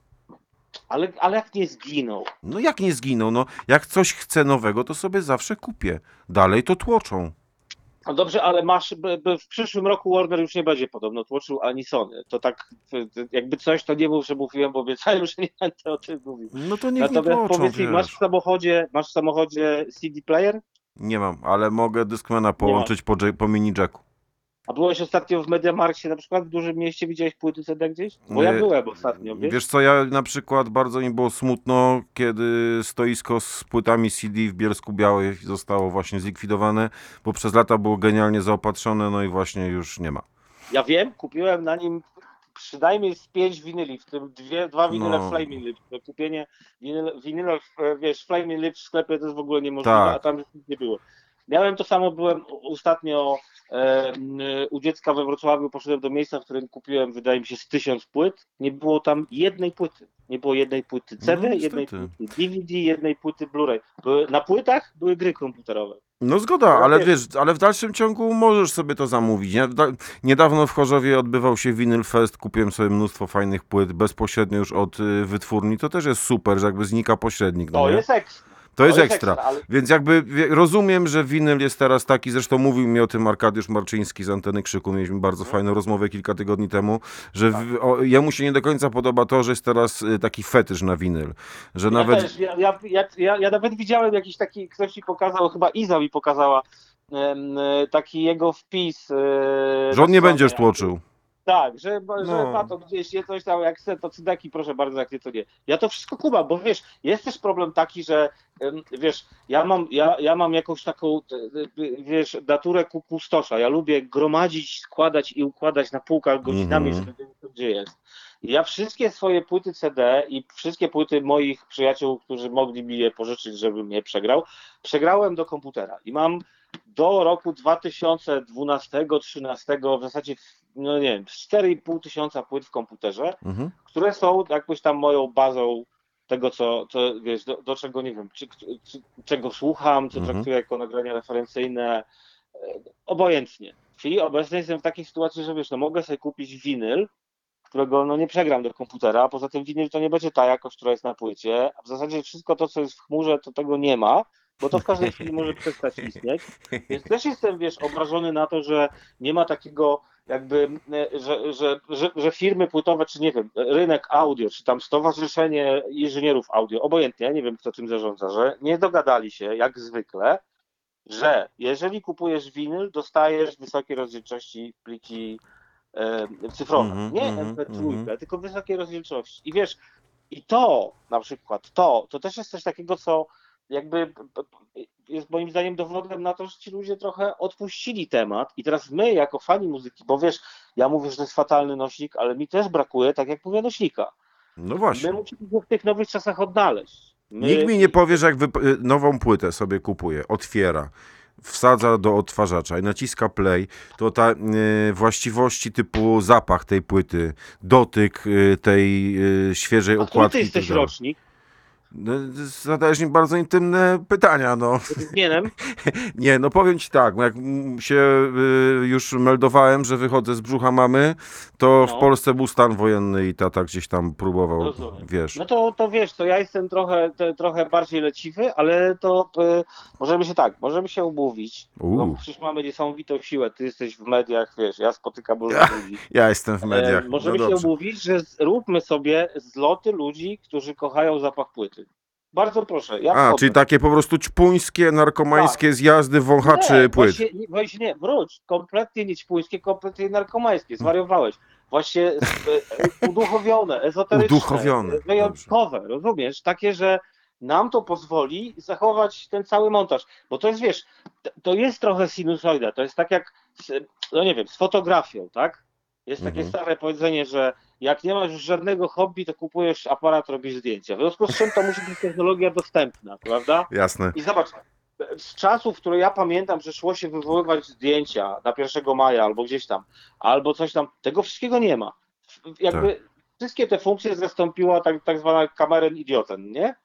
Ale jak nie zginął? No jak nie zginął? No jak coś chcę nowego, to sobie zawsze kupię. Dalej to tłoczą. No dobrze, ale w przyszłym roku Warner już nie będzie podobno tłoczył ani Sony. To tak jakby coś, to nie mów, że mówiłem, bo obiecałem, że nie będę o tym mówił. No to niech nie Natomiast tłoczą, powiedz mi, wiesz. masz w samochodzie CD player? Nie mam, ale mogę Discmana połączyć po mini jacku. A byłeś ostatnio w Mediamarkcie na przykład w dużym mieście, widziałeś płyty CD gdzieś? Bo ja byłem ostatnio, wiesz? Wiesz co, ja na przykład bardzo mi było smutno, kiedy stoisko z płytami CD w Bielsku Białej zostało właśnie zlikwidowane, bo przez lata było genialnie zaopatrzone, no i właśnie już nie ma. Ja wiem, kupiłem na nim przynajmniej z 5 winyli, w tym dwa winyle No. Flaming Lips. To kupienie winyla, wiesz, Flaming Lips w sklepie to jest w ogóle niemożliwe, Tak. a tam już nic nie było. Miałem to samo, byłem ostatnio u dziecka we Wrocławiu, poszedłem do miejsca, w którym kupiłem, wydaje mi się, z 1000 płyt. Nie było tam jednej płyty. Nie było jednej płyty CD, No, jednej niestety. płyty DVD, jednej płyty Blu-ray. Na płytach były gry komputerowe. No zgoda, ale wiesz, ale w dalszym ciągu możesz sobie to zamówić. Nie? Niedawno w Chorzowie odbywał się Vinyl Fest, kupiłem sobie mnóstwo fajnych płyt bezpośrednio już od wytwórni. To też jest super, że jakby znika pośrednik. No To nie? jest ekstra. To jest ekstra. Ale Więc jakby rozumiem, że winyl jest teraz taki, zresztą mówił mi o tym Arkadiusz Marczyński z Anteny Krzyku, mieliśmy bardzo fajną rozmowę kilka tygodni temu, że jemu się nie do końca podoba to, że jest teraz taki fetysz na winyl, że ja nawet... też, ja nawet widziałem jakiś taki, ktoś mi pokazał, chyba Iza mi pokazała, taki jego wpis. Że on na nie stronie. będziesz tłoczył. Tak, że No. ma to gdzieś, jest coś tam, jak chce, to cydaki, proszę bardzo, jak nie, to nie. Ja to wszystko kumam, bo wiesz, jest też problem taki, że wiesz, ja mam jakąś taką, wiesz, naturę kustosza. Ja lubię gromadzić, składać i układać na półkach godzinami, żeby wiedzieć, gdzie jest. I ja wszystkie swoje płyty CD i wszystkie płyty moich przyjaciół, którzy mogli mi je pożyczyć, żebym je przegrałem do komputera. I mam do roku 2012-13 w zasadzie, no nie wiem, 4,5 tysiąca płyt w komputerze, które są jakąś tam moją bazą tego, co wiesz, do czego nie wiem, czego słucham, co traktuję jako nagrania referencyjne, obojętnie. W chwili obecnej jestem w takiej sytuacji, że wiesz, no mogę sobie kupić winyl, którego no nie przegram do komputera, a poza tym winyl to nie będzie ta jakość, która jest na płycie, a w zasadzie wszystko to, co jest w chmurze, to tego nie ma, bo to w każdej chwili może przestać istnieć. Więc też jestem, wiesz, obrażony na to, że nie ma takiego jakby, że firmy płytowe, czy nie wiem, rynek audio, czy tam stowarzyszenie inżynierów audio, obojętnie, ja nie wiem, kto tym zarządza, że nie dogadali się, jak zwykle, że jeżeli kupujesz winyl, dostajesz wysokiej rozdzielczości pliki cyfrowe. Nie MP3, tylko wysokiej rozdzielczości. I wiesz, i to na przykład, to też jest coś takiego, co jakby jest moim zdaniem dowodem na to, że ci ludzie trochę odpuścili temat i teraz my jako fani muzyki, bo wiesz, ja mówię, że to jest fatalny nośnik, ale mi też brakuje, tak jak mówię, nośnika. No właśnie. My musimy się w tych nowych czasach odnaleźć. Nikt mi nie powie, że jak nową płytę sobie kupuje, otwiera, wsadza do odtwarzacza i naciska play, to ta właściwości typu zapach tej płyty, dotyk tej świeżej A który okładki. ty jesteś rocznik? No, zadajesz mi bardzo intymne pytania, no. Zmienem? Nie, no powiem ci tak, jak się już meldowałem, że wychodzę z brzucha mamy, to w Polsce był stan wojenny i tata gdzieś tam próbował, Rozumiem. wiesz. No to wiesz, to ja jestem trochę bardziej leciwy, ale to możemy się umówić. No, przecież mamy niesamowitą siłę, ty jesteś w mediach, wiesz, ja spotykam różnych ludzi. Ja jestem w mediach. Możemy no się dobrze. umówić, że zróbmy sobie zloty ludzi, którzy kochają zapach płyty. Bardzo proszę. Ja wchodzę. Czyli takie po prostu ćpuńskie, narkomańskie zjazdy wąchaczy Nie, płyt. Właśnie nie, wróć. Kompletnie nie ćpuńskie, kompletnie narkomańskie. Zwariowałeś. Właśnie uduchowione, ezoteryczne, Uduchowione, wyjątkowe, rozumiesz? Takie, że nam to pozwoli zachować ten cały montaż. Bo to jest, wiesz, to jest trochę sinusoida. To jest tak jak, no nie wiem, z fotografią, tak? Jest takie stare powiedzenie, że jak nie masz już żadnego hobby, to kupujesz aparat, robisz zdjęcia. W związku z czym to musi być technologia dostępna, prawda? Jasne. I zobacz, z czasów, które ja pamiętam, że szło się wywoływać zdjęcia na 1 maja albo gdzieś tam, albo coś tam, tego wszystkiego nie ma. Jakby wszystkie te funkcje zastąpiła tak zwana kamerę idioten, nie?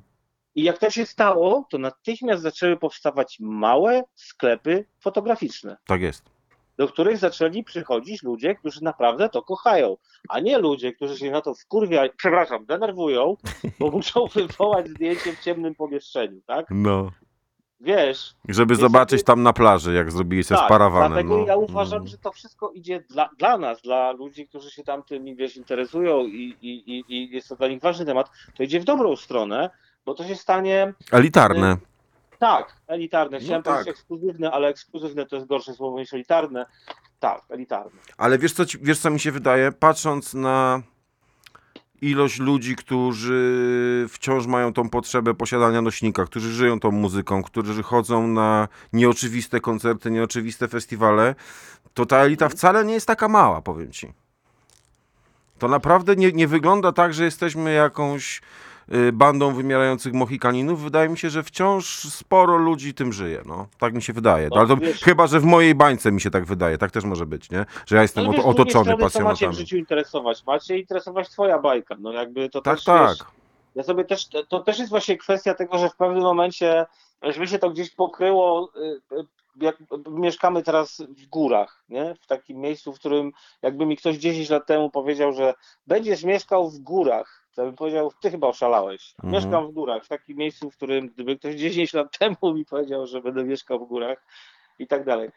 I jak to się stało, to natychmiast zaczęły powstawać małe sklepy fotograficzne, Tak jest. do których zaczęli przychodzić ludzie, którzy naprawdę to kochają, a nie ludzie, którzy się na to denerwują, bo muszą wywołać zdjęcie w ciemnym pomieszczeniu, tak? No. Wiesz, Żeby Więc zobaczyć jakby- tam na plaży, jak zrobili se z parawanem. dlatego No. ja uważam, że to wszystko idzie dla nas, dla ludzi, którzy się tam tym, wiesz, interesują i jest to dla nich ważny temat, to idzie w dobrą stronę, bo to się stanie, Elitarne. tak, elitarne. Chciałem tak. powiedzieć ekskluzywne, ale ekskluzywne to jest gorsze słowo niż elitarne. Tak, elitarne. Ale wiesz co mi się wydaje? Patrząc na ilość ludzi, którzy wciąż mają tą potrzebę posiadania nośnika, którzy żyją tą muzyką, którzy chodzą na nieoczywiste koncerty, nieoczywiste festiwale, to ta elita wcale nie jest taka mała, powiem ci. To naprawdę nie wygląda tak, że jesteśmy jakąś bandą wymierających Mohikaninów. Wydaje mi się, że wciąż sporo ludzi tym żyje. No, tak mi się wydaje. No, Ale to wiesz- chyba, że w mojej bańce mi się tak wydaje. Tak też może być, nie? Że ja jestem No, wiesz, z drugiej otoczony strony, co macie w pasjonatami. życiu interesować? Macie interesować twoja bajka. No jakby to Tak, też, tak. wiesz, ja sobie też, to też jest właśnie kwestia tego, że w pewnym momencie, żeby się to gdzieś pokryło, jak mieszkamy teraz w górach, nie? W takim miejscu, w którym jakby mi ktoś 10 lat temu powiedział, że będziesz mieszkał w górach, to bym powiedział, ty chyba oszalałeś. Mieszkam w górach, w takim miejscu, w którym gdyby ktoś 10 lat temu mi powiedział, że będę mieszkał w górach i tak dalej.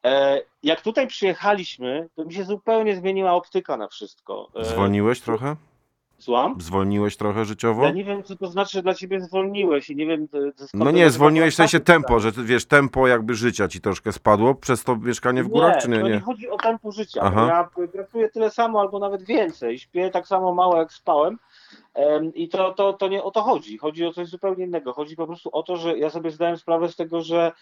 Jak tutaj przyjechaliśmy, to mi się zupełnie zmieniła optyka na wszystko. Zwolniłeś trochę? Słucham? Zwolniłeś trochę życiowo? Ja nie wiem, co to znaczy, że dla ciebie zwolniłeś i nie wiem, skąd No to nie, nazywa zwolniłeś w sensie kontakty, tempo, że ty, wiesz, tempo jakby życia ci troszkę spadło przez to mieszkanie w górach, czy nie? To nie Nie. chodzi o tempo życia. Aha. Bo ja pracuję tyle samo albo nawet więcej. Śpię tak samo mało, jak spałem. I to nie o to chodzi. Chodzi o coś zupełnie innego. Chodzi po prostu o to, że ja sobie zdałem sprawę z tego, że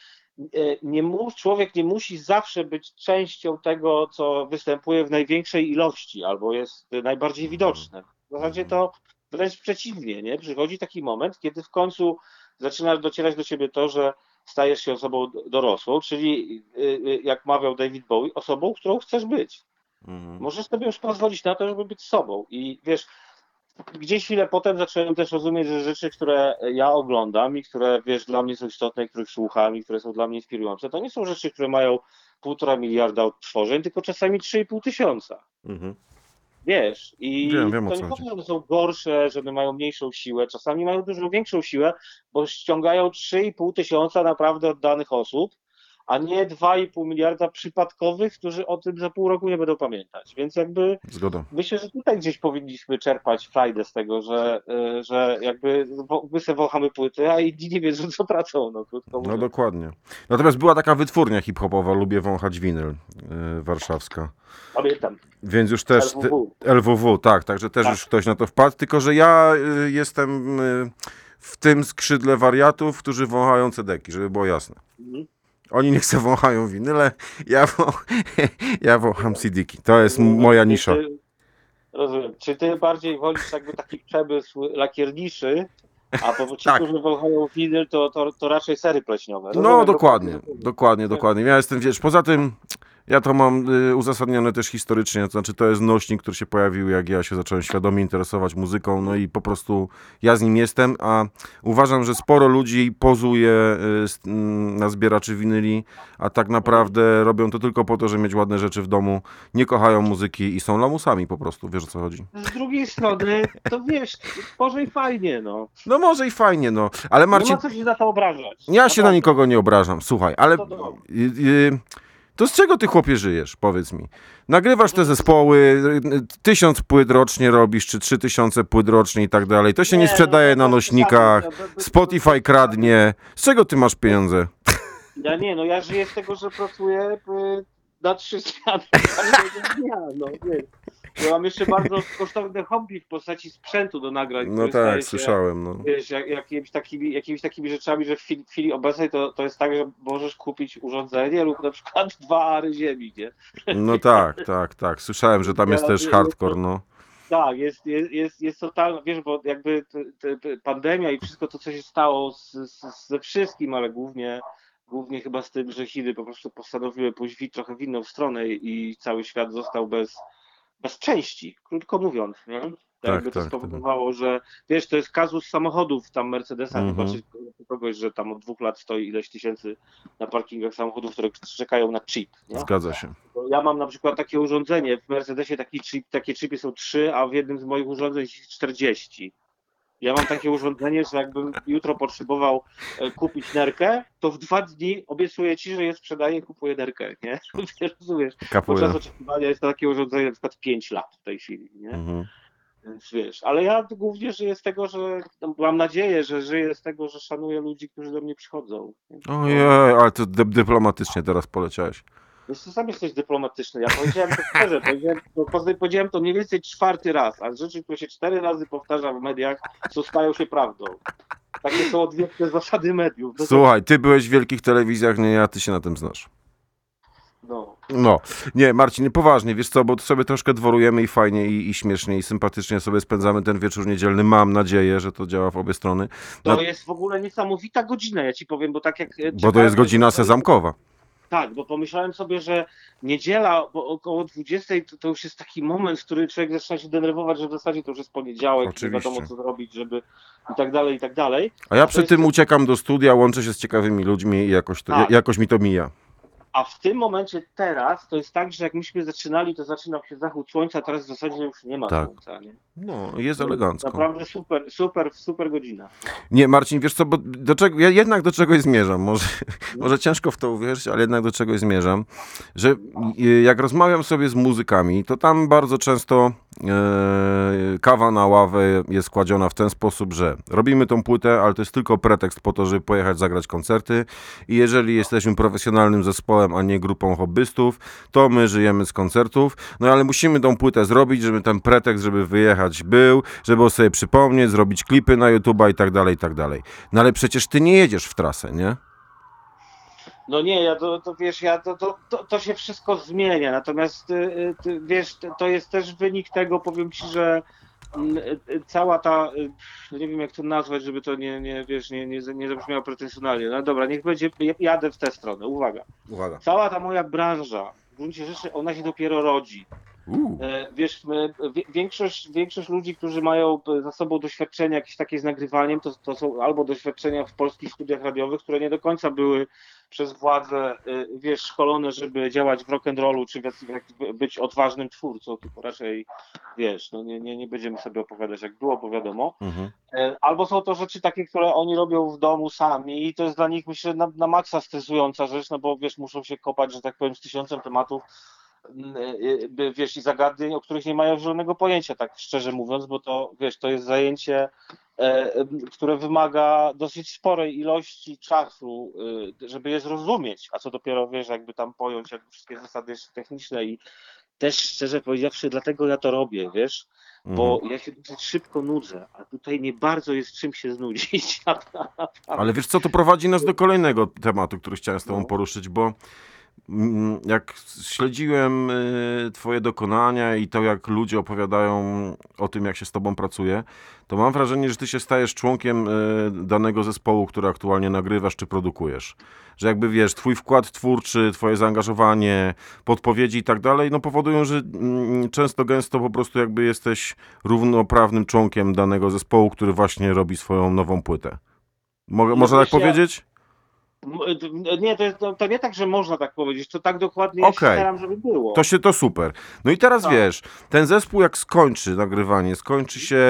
człowiek nie musi zawsze być częścią tego, co występuje w największej ilości albo jest najbardziej widoczne. W zasadzie to wręcz przeciwnie, nie? Przychodzi taki moment, kiedy w końcu zaczyna docierać do ciebie to, że stajesz się osobą dorosłą, czyli jak mawiał David Bowie, osobą, którą chcesz być. Możesz sobie już pozwolić na to, żeby być sobą. I wiesz, gdzieś chwilę potem zacząłem też rozumieć, że rzeczy, które ja oglądam i które, wiesz, dla mnie są istotne, i których słucham i które są dla mnie inspirujące, to nie są rzeczy, które mają 1,5 miliarda odtworzeń, tylko czasami 3,5 tysiąca. Wiesz, i Wiem, o to co nie chodzi. chodzi, że one są gorsze, że one mają mniejszą siłę, czasami mają dużo większą siłę, bo ściągają 3,5 tysiąca naprawdę oddanych osób, a nie 2,5 miliarda przypadkowych, którzy o tym za pół roku nie będą pamiętać. Więc jakby Zgoda. myślę, że tutaj gdzieś powinniśmy czerpać frajdę z tego, że jakby my se wąchamy płyty, a inni nie wiedzą, co tracą. No, krótko No mówiąc. dokładnie. Natomiast była taka wytwórnia hip-hopowa, Lubię Wąchać Winyl, warszawska. Pamiętam. Więc już też... LWW. LWW, tak, także też Tak. już ktoś na to wpadł, tylko że ja jestem w tym skrzydle wariatów, którzy wąchają cedeki, żeby było jasne. Mhm. Oni niech se wąchają winyle, ja wącham CD-ki. To jest moja nisza. Rozumiem. Czy ty bardziej wolisz jakby taki przemysł lakierniczy, a po ci, Tak. którzy wąchają winyl, to raczej sery pleśniowe? No Rozumiem, dokładnie. Ja jestem, wiesz, poza tym ja to mam uzasadnione też historycznie, to znaczy to jest nośnik, który się pojawił, jak ja się zacząłem świadomie interesować muzyką, no i po prostu ja z nim jestem, a uważam, że sporo ludzi pozuje na zbieraczy winyli, a tak naprawdę robią to tylko po to, żeby mieć ładne rzeczy w domu, nie kochają muzyki i są lamusami po prostu, wiesz o co chodzi. Z drugiej strony, to wiesz, może i fajnie, no. No może i fajnie, no, ale Nie Marcin, ma co się za to obrażać. ja się na Naprawdę. nikogo nie obrażam, słuchaj, ale To dobrze. to z czego ty, chłopie, żyjesz? Powiedz mi. Nagrywasz te zespoły, 1000 płyt rocznie robisz, czy 3000 płyt rocznie i tak dalej. To się nie sprzedaje na nośnikach, Spotify kradnie. Z czego ty masz pieniądze? Ja żyję z tego, że pracuję na 3 zmiany każdego dnia, no wiesz. Ja mam jeszcze bardzo kosztowne hobby w postaci sprzętu do nagrań, No który staje tak, się, słyszałem, no. wiesz, jakimiś takimi rzeczami, że w chwili obecnej to jest tak, że możesz kupić urządzenie lub na przykład 2 ary ziemi, nie? No tak. Słyszałem, że tam jest też hardcore, no. Tak, jest totalnie, wiesz, bo jakby pandemia i wszystko to, co się stało ze wszystkim, ale głównie chyba z tym, że Chiny po prostu postanowiły pójść trochę w inną stronę i cały świat został bez części, krótko mówiąc, nie? Jakby to tak, spowodowało, że wiesz, to jest kazus samochodów tam Mercedesa, Mhm. chyba czy kogoś, że tam od 2 lat stoi ileś tysięcy na parkingach samochodów, które czekają na chip. Nie? Zgadza się. Bo ja mam na przykład takie urządzenie, w Mercedesie takie chipy są 3, a w jednym z moich urządzeń 40. Ja mam takie urządzenie, że jakbym jutro potrzebował kupić nerkę, to w 2 dni obiecuję ci, że je sprzedaję i kupuję nerkę, nie? Rozumiesz? Bo Kapuję. czas oczekiwania jest na takie urządzenie na przykład 5 lat w tej chwili, nie? Mhm. Więc wiesz, ale ja głównie żyję z tego, że mam nadzieję, że żyję z tego, że szanuję ludzi, którzy do mnie przychodzą. Ojej, ale to dyplomatycznie teraz poleciałeś. Wiesz, ty sam jesteś dyplomatyczny. Ja powiedziałem to szczerze, powiedziałem to mniej więcej 4. raz, a rzeczy, które się 4 razy powtarza w mediach, stają się prawdą. Takie są odwieczne zasady mediów. No to- Słuchaj, ty byłeś w wielkich telewizjach, nie ja, ty się na tym znasz. No. No, nie, Marcin, poważnie, wiesz co, bo tu sobie troszkę dworujemy i fajnie, i śmiesznie, i sympatycznie sobie spędzamy ten wieczór niedzielny. Mam nadzieję, że to działa w obie strony. To jest w ogóle niesamowita godzina, ja ci powiem, bo tak jak... Bo to jest godzina sezamkowa. Tak, bo pomyślałem sobie, że niedziela, bo około 20 to już jest taki moment, w który człowiek zaczyna się denerwować, że w zasadzie to już jest poniedziałek, Oczywiście. nie wiadomo co zrobić, żeby i tak dalej, i tak dalej. A ja to przed jest- tym uciekam do studia, łączę się z ciekawymi ludźmi i Tak. jakoś mi to mija. A w tym momencie teraz to jest tak, że jak myśmy zaczynali, to zaczynał się zachód słońca, a teraz w zasadzie już nie ma Tak. słońca. Nie? No, jest elegancko. Naprawdę super godzina. Nie, Marcin, wiesz co, bo ja jednak do czegoś zmierzam. Może ciężko w to uwierzyć, ale jednak do czegoś zmierzam. Że jak rozmawiam sobie z muzykami, to tam bardzo często kawa na ławę jest kładziona w ten sposób, że robimy tą płytę, ale to jest tylko pretekst po to, żeby pojechać zagrać koncerty i jeżeli jesteśmy profesjonalnym zespołem, a nie grupą hobbystów, to my żyjemy z koncertów, no ale musimy tą płytę zrobić, żeby ten pretekst, żeby wyjechać był, żeby o sobie przypomnieć, zrobić klipy na YouTube'a i tak dalej, i tak dalej. No ale przecież ty nie jedziesz w trasę, nie? No nie, wiesz, to się wszystko zmienia, natomiast ty, wiesz, to jest też wynik tego, powiem ci, że cała ta, nie wiem jak to nazwać, żeby to nie zabrzmiało pretensjonalnie, no dobra, niech będzie, jadę w tę stronę, uwaga. Uwaga. Cała ta moja branża, w gruncie rzeczy ona się dopiero rodzi. Wiesz, większość ludzi, którzy mają za sobą doświadczenia jakieś takie z nagrywaniem, to są albo doświadczenia w polskich studiach radiowych, które nie do końca były przez władze, wiesz, szkolone, żeby działać w rock'n'rollu, czy być odważnym twórcą, tylko raczej, wiesz, no nie będziemy sobie opowiadać jak było, bo wiadomo. Mhm. Albo są to rzeczy takie, które oni robią w domu sami i to jest dla nich, myślę, na maksa stresująca rzecz, no bo wiesz, muszą się kopać, że tak powiem, z 1000 tematów, wiesz, i zagadnień, o których nie mają zielonego pojęcia, tak szczerze mówiąc, bo to, wiesz, to jest zajęcie, które wymaga dosyć sporej ilości czasu, żeby je zrozumieć, a co dopiero, wiesz, jakby tam pojąć jakby wszystkie zasady jeszcze techniczne i też szczerze powiedziawszy, dlatego ja to robię, wiesz, bo ja się dosyć szybko nudzę, a tutaj nie bardzo jest czym się znudzić. Ale wiesz co, to prowadzi nas do kolejnego tematu, który chciałem z tobą poruszyć, bo jak śledziłem twoje dokonania i to, jak ludzie opowiadają o tym, jak się z tobą pracuje, to mam wrażenie, że ty się stajesz członkiem danego zespołu, który aktualnie nagrywasz czy produkujesz. Że jakby wiesz, twój wkład twórczy, twoje zaangażowanie, podpowiedzi i tak dalej, no powodują, że często, gęsto po prostu jakby jesteś równoprawnym członkiem danego zespołu, który właśnie robi swoją nową płytę. Można tak powiedzieć? Nie, to nie tak, że można tak powiedzieć, to tak dokładnie ja się Okej. staram, żeby było. To super. No i teraz Tak. wiesz, ten zespół jak skończy nagrywanie, skończy się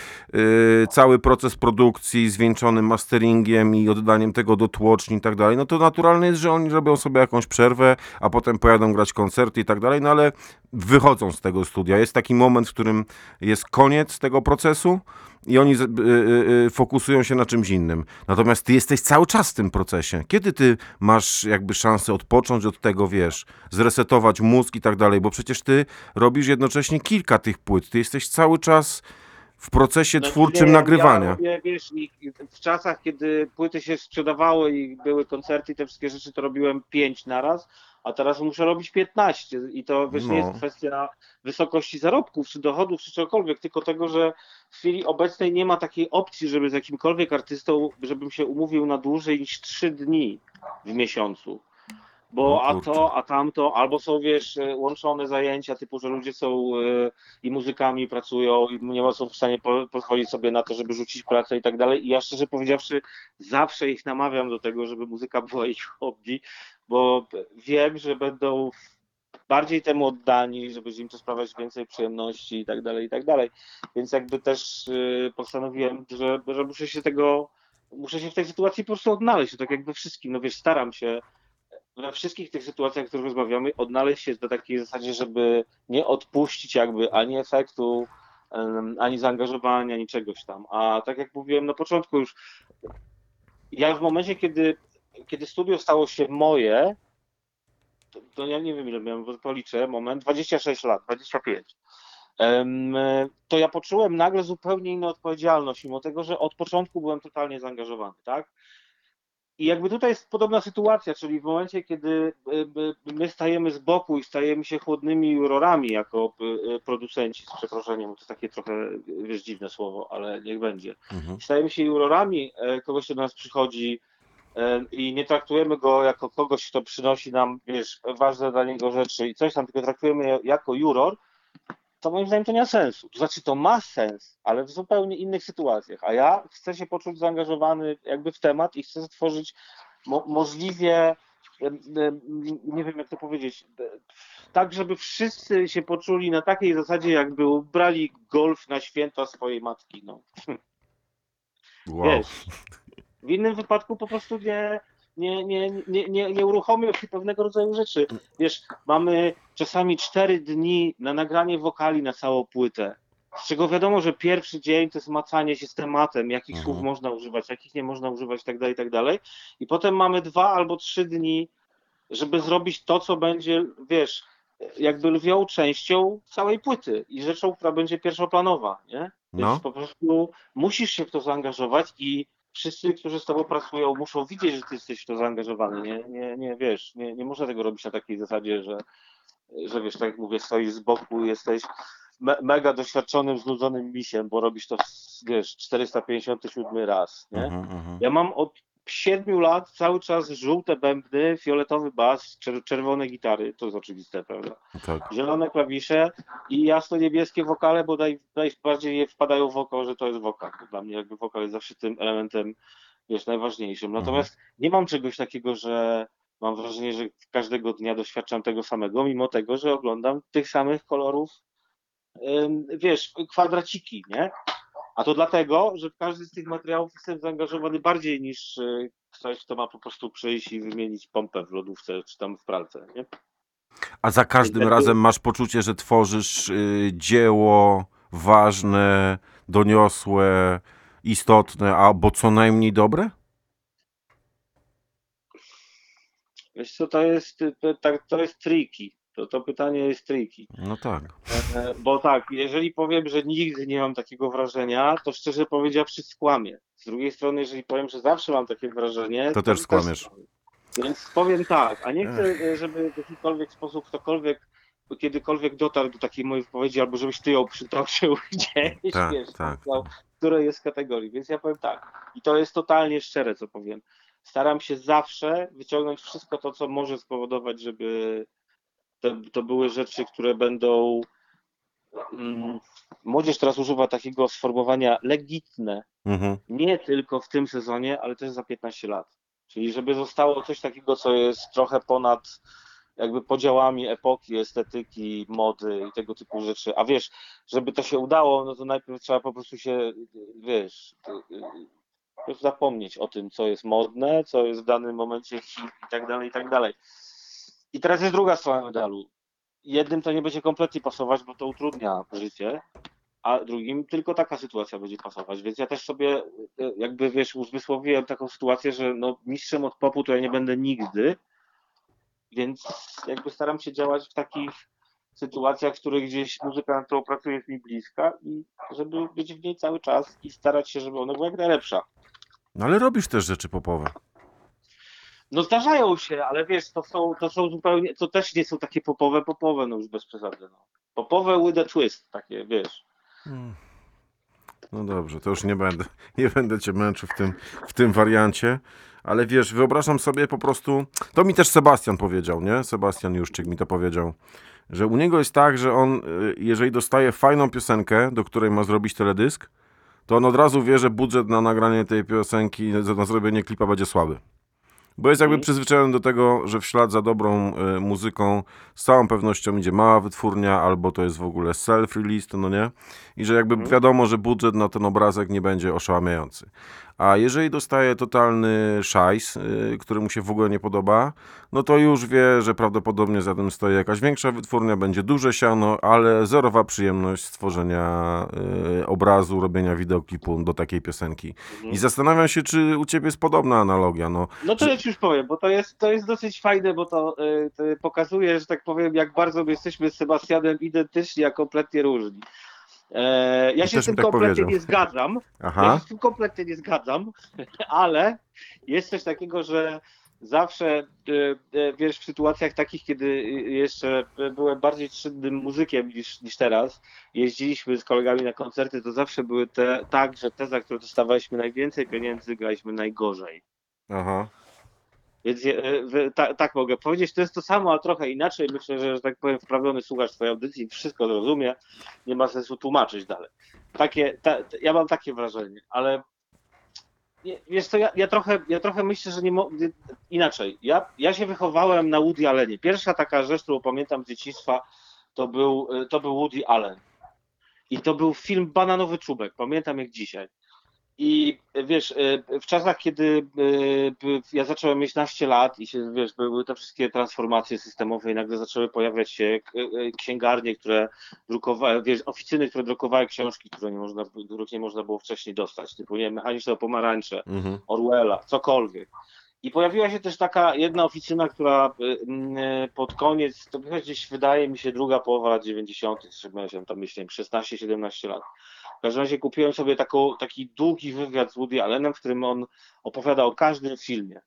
cały proces produkcji zwieńczony masteringiem i oddaniem tego do tłoczni i tak dalej, no to naturalne jest, że oni robią sobie jakąś przerwę, a potem pojadą grać koncerty i tak dalej, no ale wychodzą z tego studia. Jest taki moment, w którym jest koniec tego procesu i oni fokusują się na czymś innym. Natomiast ty jesteś cały czas w tym procesie. Kiedy ty masz jakby szansę odpocząć od tego, wiesz, zresetować mózg i tak dalej, bo przecież ty robisz jednocześnie kilka tych płyt. Ty jesteś cały czas w procesie twórczym nie, nagrywania. Ja robię, wiesz, i w czasach, kiedy płyty się sprzedawały i były koncerty i te wszystkie rzeczy, to robiłem 5 naraz, a teraz muszę robić 15 i to, wiesz, nie jest kwestia wysokości zarobków, czy dochodów, czy czegokolwiek, tylko tego, że w chwili obecnej nie ma takiej opcji, żeby z jakimkolwiek artystą, żebym się umówił na dłużej niż 3 dni w miesiącu. Bo a to, a tamto, albo są, wiesz, łączone zajęcia typu, że ludzie są i muzykami pracują i nie są w stanie pozwolić sobie na to, żeby rzucić pracę i tak dalej. I ja szczerze powiedziawszy zawsze ich namawiam do tego, żeby muzyka była ich hobby, bo wiem, że będą bardziej temu oddani, że będzie im to sprawiać więcej przyjemności i tak dalej, i tak dalej. Więc jakby też postanowiłem, że muszę się w tej sytuacji po prostu odnaleźć, tak jak we wszystkim, no wiesz, staram się we wszystkich tych sytuacjach, o których rozmawiamy, odnaleźć się na takiej zasadzie, żeby nie odpuścić jakby ani efektu, ani zaangażowania, ani czegoś tam. A tak jak mówiłem na początku już, ja w momencie, kiedy studio stało się moje, to ja nie wiem ile miałem, bo policzę, moment, 26 lat, 25. To ja poczułem nagle zupełnie inną odpowiedzialność, mimo tego, że od początku byłem totalnie zaangażowany, tak? I jakby tutaj jest podobna sytuacja, czyli w momencie, kiedy my stajemy z boku i stajemy się chłodnymi jurorami jako producenci, z przeproszeniem, to takie trochę, wiesz, dziwne słowo, ale niech będzie. Stajemy się jurorami, kogoś, kto do nas przychodzi i nie traktujemy go jako kogoś, kto przynosi nam, wiesz, ważne dla niego rzeczy i coś tam, tylko traktujemy je jako juror, to moim zdaniem to nie ma sensu. To znaczy to ma sens, ale w zupełnie innych sytuacjach. A ja chcę się poczuć zaangażowany jakby w temat i chcę stworzyć możliwie, nie wiem jak to powiedzieć, tak żeby wszyscy się poczuli na takiej zasadzie, jakby ubrali golf na święta swojej matki. No. Wow. Wiesz, w innym wypadku po prostu nie uruchomią się pewnego rodzaju rzeczy. Wiesz, mamy czasami 4 dni na nagranie wokali na całą płytę, z czego wiadomo, że pierwszy dzień to jest macanie się z tematem, jakich słów można używać, jakich nie można używać, i tak dalej. I potem mamy 2 albo 3 dni, żeby zrobić to, co będzie, wiesz, jakby lwią częścią całej płyty i rzeczą, która będzie pierwszoplanowa, nie? Więc No. po prostu musisz się w to zaangażować i wszyscy, którzy z tobą pracują, muszą widzieć, że ty jesteś w to zaangażowany. Nie wiesz, nie można tego robić na takiej zasadzie, że wiesz, tak jak mówię, stoisz z boku, jesteś mega doświadczonym, znudzonym misiem, bo robisz to, wiesz, 457 raz, nie? Ja mam od 7 lat cały czas żółte bębny, fioletowy bas, czerwone gitary, to jest oczywiste, prawda? Tak. Zielone klawisze i jasno-niebieskie wokale, bo najbardziej je wpadają w oko, że to jest wokal. Dla mnie jakby wokal jest zawsze tym elementem, wiesz, najważniejszym. Natomiast nie mam czegoś takiego, że mam wrażenie, że każdego dnia doświadczam tego samego, mimo tego, że oglądam tych samych kolorów, wiesz, kwadraciki, nie? A to dlatego, że w każdy z tych materiałów jestem zaangażowany bardziej niż ktoś, kto ma po prostu przyjść i wymienić pompę w lodówce czy tam w pralce, nie? A za każdym razem masz poczucie, że tworzysz dzieło ważne, doniosłe, istotne, albo co najmniej dobre? Wiesz co, to jest tricky. To pytanie jest tricky. No tak. Bo tak, jeżeli powiem, że nigdy nie mam takiego wrażenia, to szczerze powiedziawszy skłamię. Z drugiej strony, jeżeli powiem, że zawsze mam takie wrażenie, To też skłamiesz. skłamię. Więc powiem tak, a nie chcę, żeby w jakikolwiek sposób ktokolwiek kiedykolwiek dotarł do takiej mojej wypowiedzi, albo żebyś ty ją przytoczył gdzieś, Tak, wiesz, tak. w której jest kategorii. Więc ja powiem tak, i to jest totalnie szczere, co powiem. Staram się zawsze wyciągnąć wszystko to, co może spowodować, żeby to były rzeczy, które będą... Młodzież teraz używa takiego sformułowania legitne, nie tylko w tym sezonie, ale też za 15 lat. Czyli żeby zostało coś takiego, co jest trochę ponad jakby podziałami epoki, estetyki, mody i tego typu rzeczy. A wiesz, żeby to się udało, no to najpierw trzeba po prostu się, wiesz, zapomnieć o tym, co jest modne, co jest w danym momencie hit i tak dalej, i tak dalej. I teraz jest druga strona medalu. Jednym to nie będzie kompletnie pasować, bo to utrudnia życie, a drugim tylko taka sytuacja będzie pasować. Więc ja też sobie jakby, wiesz, uzmysłowiłem taką sytuację, że no mistrzem od popu to ja nie będę nigdy, więc jakby staram się działać w takich sytuacjach, w których gdzieś muzyka, nad którą pracuję, jest mi bliska i żeby być w niej cały czas i starać się, żeby ona była jak najlepsza. No ale robisz też rzeczy popowe. No zdarzają się, ale wiesz, to są zupełnie, to też nie są takie popowe, no już bez przesady. No. Popowe with a twist, takie, wiesz. No dobrze, to już nie będę cię męczył w tym wariancie, ale wiesz, wyobrażam sobie po prostu, to mi też Sebastian powiedział, nie? Sebastian Juszczyk mi to powiedział, że u niego jest tak, że on, jeżeli dostaje fajną piosenkę, do której ma zrobić teledysk, to on od razu wie, że budżet na nagranie tej piosenki, na zrobienie klipa będzie słaby. Bo jest jakby przyzwyczajony do tego, że w ślad za dobrą muzyką z całą pewnością idzie mała wytwórnia, albo to jest w ogóle self-release, no nie? I że jakby wiadomo, że budżet na ten obrazek nie będzie oszałamiający. A jeżeli dostaje totalny szajs, który mu się w ogóle nie podoba, no to już wie, że prawdopodobnie za tym stoi jakaś większa wytwórnia, będzie duże siano, ale zerowa przyjemność stworzenia obrazu, robienia wideoklipu do takiej piosenki. I zastanawiam się, czy u ciebie jest podobna analogia. No to ja ci już powiem, bo to jest dosyć fajne, bo to pokazuje, że tak powiem, jak bardzo my jesteśmy z Sebastianem identyczni, a kompletnie różni. Ja się też z tym mi tak kompletnie powiedział. nie zgadzam. Aha. Ja się z tym kompletnie nie zgadzam, ale jest coś takiego, że zawsze, wiesz, w sytuacjach takich, kiedy jeszcze byłem bardziej czynnym muzykiem niż teraz, jeździliśmy z kolegami na koncerty, to zawsze były tak, że te, za które dostawaliśmy najwięcej pieniędzy, graliśmy najgorzej. Aha. Więc tak mogę powiedzieć, to jest to samo, a trochę inaczej. Myślę, że tak powiem, wprawiony słuchacz twojej audycji wszystko zrozumie, nie ma sensu tłumaczyć dalej. Ja mam takie wrażenie, ale wiesz co, ja trochę myślę, że inaczej. Ja się wychowałem na Woody Allenie. Pierwsza taka rzecz, którą pamiętam z dzieciństwa, to był Woody Allen. I to był film Bananowy Czubek, pamiętam jak dzisiaj. I wiesz, w czasach, kiedy ja zacząłem mieć naście lat i się, wiesz, były te wszystkie transformacje systemowe i nagle zaczęły pojawiać się księgarnie, które drukowały, wiesz, oficyny, które drukowały książki, których nie można było wcześniej dostać, typu, nie wiem, Mechaniczne Pomarańcze, Orwella, cokolwiek. I pojawiła się też taka jedna oficyna, która pod koniec, to gdzieś wydaje mi się druga połowa lat 90., się tam myślałem, 16-17 lat. W każdym razie kupiłem sobie taki długi wywiad z Woody Allenem, w którym on opowiada o każdym filmie.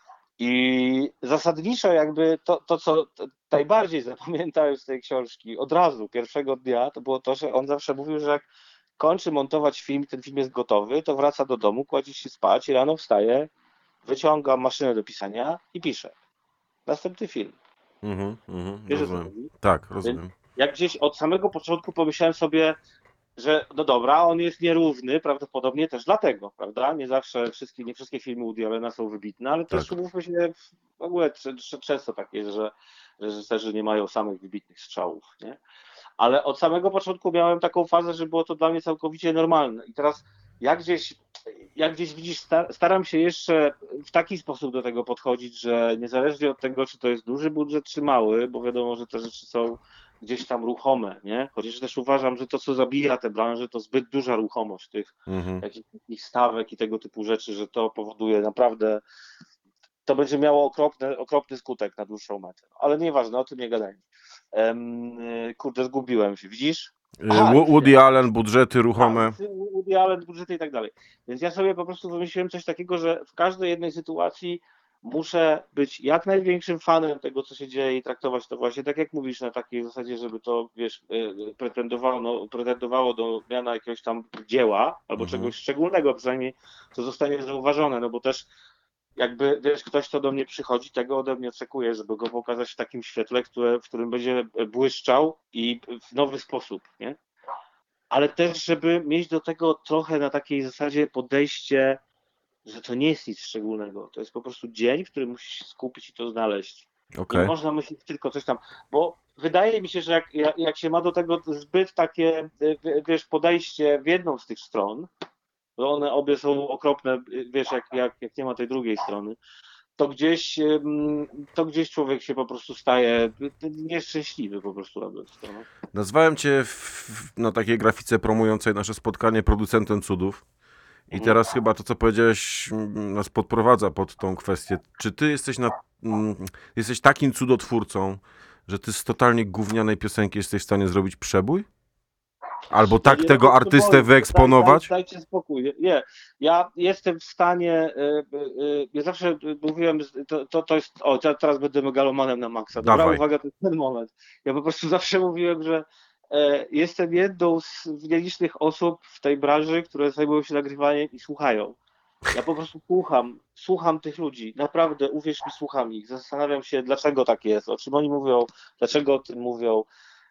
I zasadniczo jakby to co najbardziej zapamiętałem z tej książki od razu, pierwszego dnia, to było to, że on zawsze mówił, że jak kończy montować film, ten film jest gotowy, to wraca do domu, kładzie się spać i rano wstaje, wyciąga maszynę do pisania i pisze. Następny film. Wiesz, o co Rozumiem. chodzi? Tak, rozumiem. Jak gdzieś od samego początku pomyślałem sobie, że no dobra, on jest nierówny, prawdopodobnie też dlatego, prawda? Nie wszystkie filmy Woody Allena są wybitne, ale też Tak. umówmy się, w ogóle często tak jest, że reżyserzy nie mają samych wybitnych strzałów, nie? Ale od samego początku miałem taką fazę, że było to dla mnie całkowicie normalne. I teraz jak gdzieś widzisz, staram się jeszcze w taki sposób do tego podchodzić, że niezależnie od tego, czy to jest duży budżet, czy mały, bo wiadomo, że te rzeczy są gdzieś tam ruchome, nie? Chociaż też uważam, że to, co zabija tę branżę, to zbyt duża ruchomość tych jakichś stawek i tego typu rzeczy, że to powoduje naprawdę, to będzie miało okropny skutek na dłuższą metę. Ale nieważne, o tym nie gadajmy. Kurde, zgubiłem się, widzisz? Woody Allen, budżety ruchome. Woody Allen, budżety i tak dalej. Więc ja sobie po prostu wymyśliłem coś takiego, że w każdej jednej sytuacji muszę być jak największym fanem tego, co się dzieje i traktować to właśnie tak, jak mówisz, na takiej zasadzie, żeby to, wiesz, pretendowało do miana jakiegoś tam dzieła albo czegoś szczególnego, przynajmniej co zostanie zauważone, no bo też jakby, wiesz, ktoś, kto do mnie przychodzi, tego ode mnie oczekuje, żeby go pokazać w takim świetle, w którym będzie błyszczał i w nowy sposób, nie? Ale też, żeby mieć do tego trochę na takiej zasadzie podejście, że to nie jest nic szczególnego. To jest po prostu dzień, w którym musisz się skupić i to znaleźć. Okay. Nie można myśleć tylko coś tam, bo wydaje mi się, że jak się ma do tego zbyt takie, wiesz, podejście w jedną z tych stron, bo one obie są okropne, wiesz, jak nie ma tej drugiej strony, to gdzieś człowiek się po prostu staje nieszczęśliwy po prostu robiąc to. No. Nazwałem cię na takiej grafice promującej nasze spotkanie producentem cudów. I teraz chyba to, co powiedziałeś, nas podprowadza pod tą kwestię. Czy ty jesteś takim cudotwórcą, że ty z totalnie gównianej piosenki jesteś w stanie zrobić przebój? Albo tak tego artystę wyeksponować? Dajcie spokój. Nie, ja jestem w stanie, ja zawsze mówiłem, to jest, teraz będę megalomanem na maksa. Dobra, Dawaj. uwaga, to jest ten moment. Ja po prostu zawsze mówiłem, że jestem jedną z nielicznych osób w tej branży, które zajmują się nagrywaniem i słuchają. Ja po prostu słucham tych ludzi. Naprawdę, uwierz mi, słucham ich. Zastanawiam się, dlaczego tak jest, o czym oni mówią, dlaczego o tym mówią.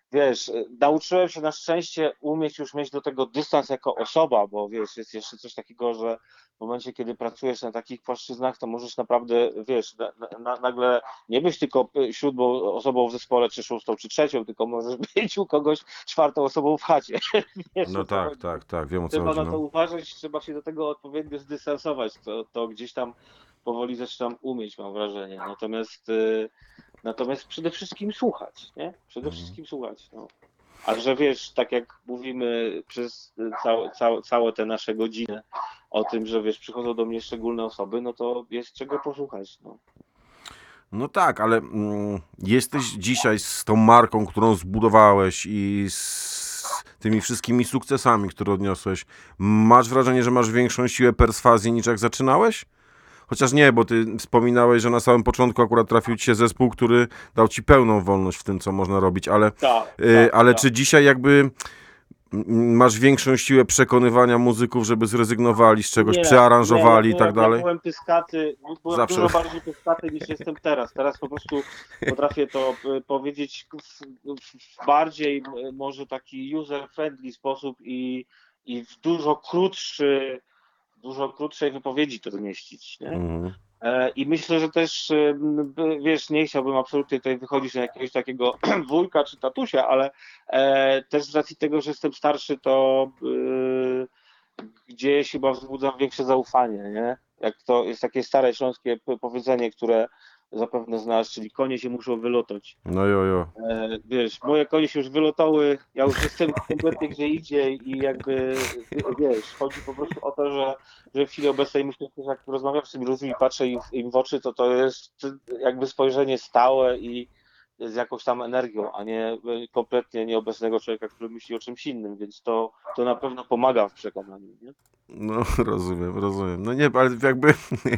wiesz, nauczyłem się na szczęście umieć już mieć do tego dystans jako osoba, bo wiesz, jest jeszcze coś takiego, że w momencie, kiedy pracujesz na takich płaszczyznach, to możesz naprawdę, wiesz, nagle nie być tylko siódmą osobą w zespole, czy szóstą, czy trzecią, tylko możesz być u kogoś czwartą osobą w chacie. Wiesz, No o co tak, chodzi. tak, tak, wiem o co Trzeba chodzi. na to No. uważać, trzeba się do tego odpowiednio zdystansować, to gdzieś tam powoli zaczynam umieć, mam wrażenie. Natomiast przede wszystkim słuchać, nie? Przede wszystkim słuchać, no. A że wiesz, tak jak mówimy przez całe te nasze godziny o tym, że wiesz, przychodzą do mnie szczególne osoby, no to jest czego posłuchać, no. No tak, ale jesteś dzisiaj z tą marką, którą zbudowałeś i z tymi wszystkimi sukcesami, które odniosłeś. Masz wrażenie, że masz większą siłę perswazji niż jak zaczynałeś? Chociaż nie, bo ty wspominałeś, że na samym początku akurat trafił ci się zespół, który dał ci pełną wolność w tym, co można robić, ale, ale czy dzisiaj jakby masz większą siłę przekonywania muzyków, żeby zrezygnowali z czegoś, przearanżowali i tak dalej? Ja byłem pyskaty, byłem Zawsze. dużo bardziej pyskaty niż jestem teraz. Teraz po prostu potrafię to powiedzieć w bardziej może taki user-friendly sposób i w dużo krótszej wypowiedzi to zmieścić, nie? Mhm. I myślę, że też, wiesz, nie chciałbym absolutnie tutaj wychodzić na jakiegoś takiego wujka czy tatusia, ale też z racji tego, że jestem starszy, to gdzieś chyba wzbudzam większe zaufanie, nie? Jak to jest takie stare śląskie powiedzenie, które zapewne znasz, czyli konie się muszą wylotać. No jo. Wiesz, moje konie się już wylotały, ja już jestem kompletnie gdzie indziej i jakby, wiesz, chodzi po prostu o to, że w chwili obecnej myślę, że jak rozmawiam z tymi ludźmi, patrzę im w oczy, to jest jakby spojrzenie stałe i z jakąś tam energią, a nie kompletnie nieobecnego człowieka, który myśli o czymś innym, więc to na pewno pomaga w przekonaniu, nie? No, rozumiem. No nie, ale jakby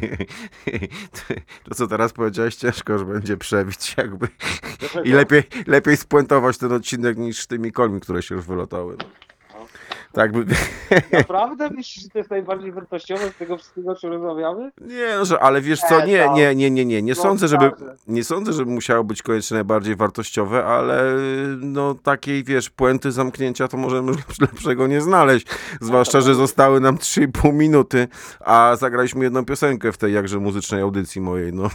to, co teraz powiedziałeś, ciężko już będzie przebić jakby i lepiej spuentować ten odcinek niż tymi końmi, które się już wylotały. No. Tak by... Naprawdę myślisz, że to jest najbardziej wartościowe z tego wszystkiego, o czym rozmawiamy? Nie, no, że, ale wiesz co, nie sądzę, żeby musiało być koniecznie najbardziej wartościowe, ale no takiej, wiesz, puenty zamknięcia to możemy lepszego nie znaleźć, zwłaszcza, że zostały nam 3,5 minuty, a zagraliśmy jedną piosenkę w tej jakże muzycznej audycji mojej, no.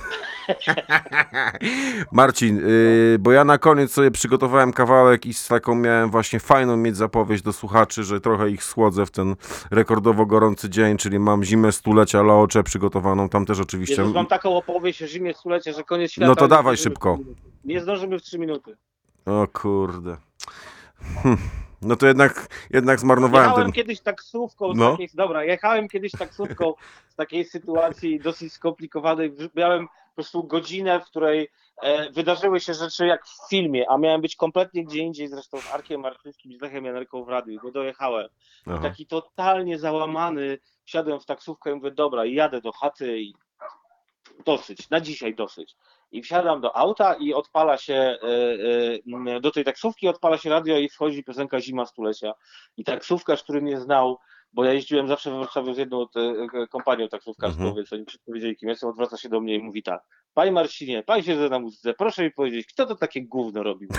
Marcin, bo ja na koniec sobie przygotowałem kawałek i z taką miałem właśnie fajną mieć zapowiedź do słuchaczy, że trochę ich schłodzę w ten rekordowo gorący dzień, czyli mam Zimę Stulecia Laocze przygotowaną, tam też oczywiście... Jezus, mam taką opowieść o Zimie Stulecia, że koniec świata... No to dawaj szybko. Nie zdążymy w 3 minuty. O kurde. No to jednak zmarnowałem Jechałem ten... kiedyś taksówką No. Jechałem kiedyś taksówką z takiej sytuacji dosyć skomplikowanej. Miałem po prostu godzinę, w której wydarzyły się rzeczy jak w filmie, a miałem być kompletnie gdzie indziej, zresztą z Arkiem Marczyńskim i z Lechem Janerką w radiu, bo dojechałem. Aha. I taki totalnie załamany wsiadłem w taksówkę i mówię, dobra, jadę do chaty i dosyć, na dzisiaj dosyć. I wsiadam do auta i odpala się, do tej taksówki odpala się radio i wchodzi piosenka Zima Stulecia. I taksówkarz, który mnie znał, bo ja jeździłem zawsze we Wrocławiu z jedną kompanią taksówkarską, więc oni wszyscy wiedzieli, kim jestem, odwraca się do mnie i mówi tak: Panie Marcinie, pan się zna na muzyce, proszę mi powiedzieć, kto to takie gówno robił?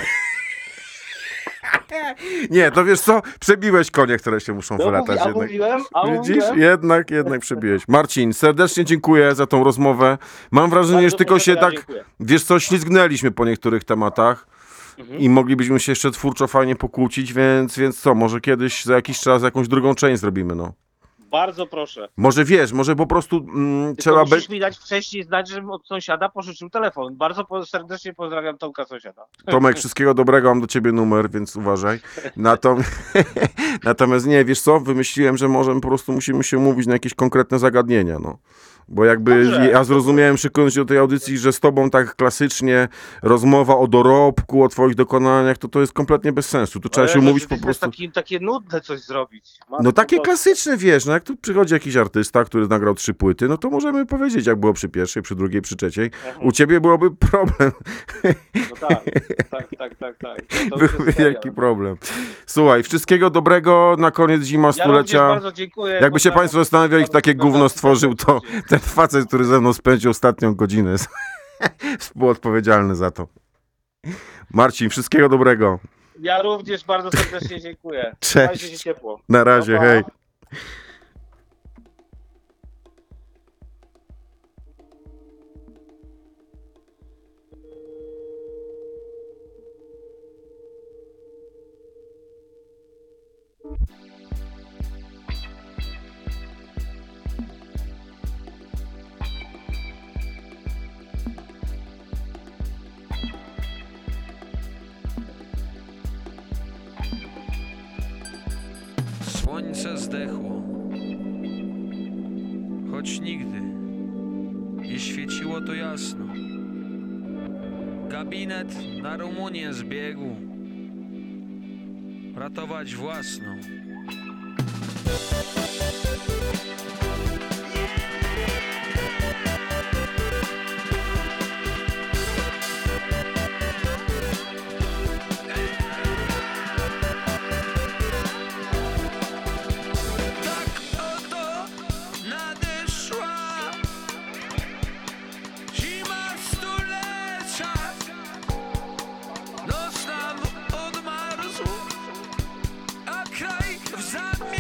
Nie, to wiesz co? Przebiłeś konie, które się muszą wylatać jednak. Widzisz? Jednak przebiłeś. Marcin, serdecznie dziękuję za tą rozmowę. Mam wrażenie, że tylko się tak, wiesz co, ślizgnęliśmy po niektórych tematach i moglibyśmy się jeszcze twórczo fajnie pokłócić, więc co, może kiedyś za jakiś czas jakąś drugą część zrobimy, no. Bardzo proszę. Może wiesz, może po prostu trzeba... Musisz mi dać wcześniej znać, żebym od sąsiada pożyczył telefon. Bardzo serdecznie pozdrawiam Tomka sąsiada. Tomek, wszystkiego dobrego, mam do ciebie numer, więc uważaj. Natomiast nie, wiesz co, wymyśliłem, że może po prostu musimy się umówić na jakieś konkretne zagadnienia, no. Bo jakby ja zrozumiałem, szykując się do tej audycji, że z tobą tak klasycznie rozmowa o dorobku, o twoich dokonaniach, to jest kompletnie bez sensu. Tu trzeba się umówić po prostu... Takie nudne coś zrobić. No takie klasyczne, wiesz, no jak tu przychodzi jakiś artysta, który nagrał 3 płyty, no to możemy powiedzieć, jak było przy pierwszej, przy drugiej, przy trzeciej. U ciebie byłoby problem. No tak. Byłby wielki problem. Słuchaj, wszystkiego dobrego, na koniec Zima Stulecia. Ja bardzo dziękuję. Jakby się państwo zastanawiali, kto takie gówno stworzył, to ten facet, który ze mną spędził ostatnią godzinę, jest współodpowiedzialny za to. Marcin, wszystkiego dobrego. Ja również bardzo serdecznie dziękuję. Cześć. Trzymajcie się ciepło. Na razie, Pa, pa. hej. Słońce zdechło, choć nigdy nie świeciło to jasno. Gabinet na Rumunię zbiegł, ratować własną. Tak oto nadeszła zima stulecia. Nos nam odmarzł, a kraj w zamian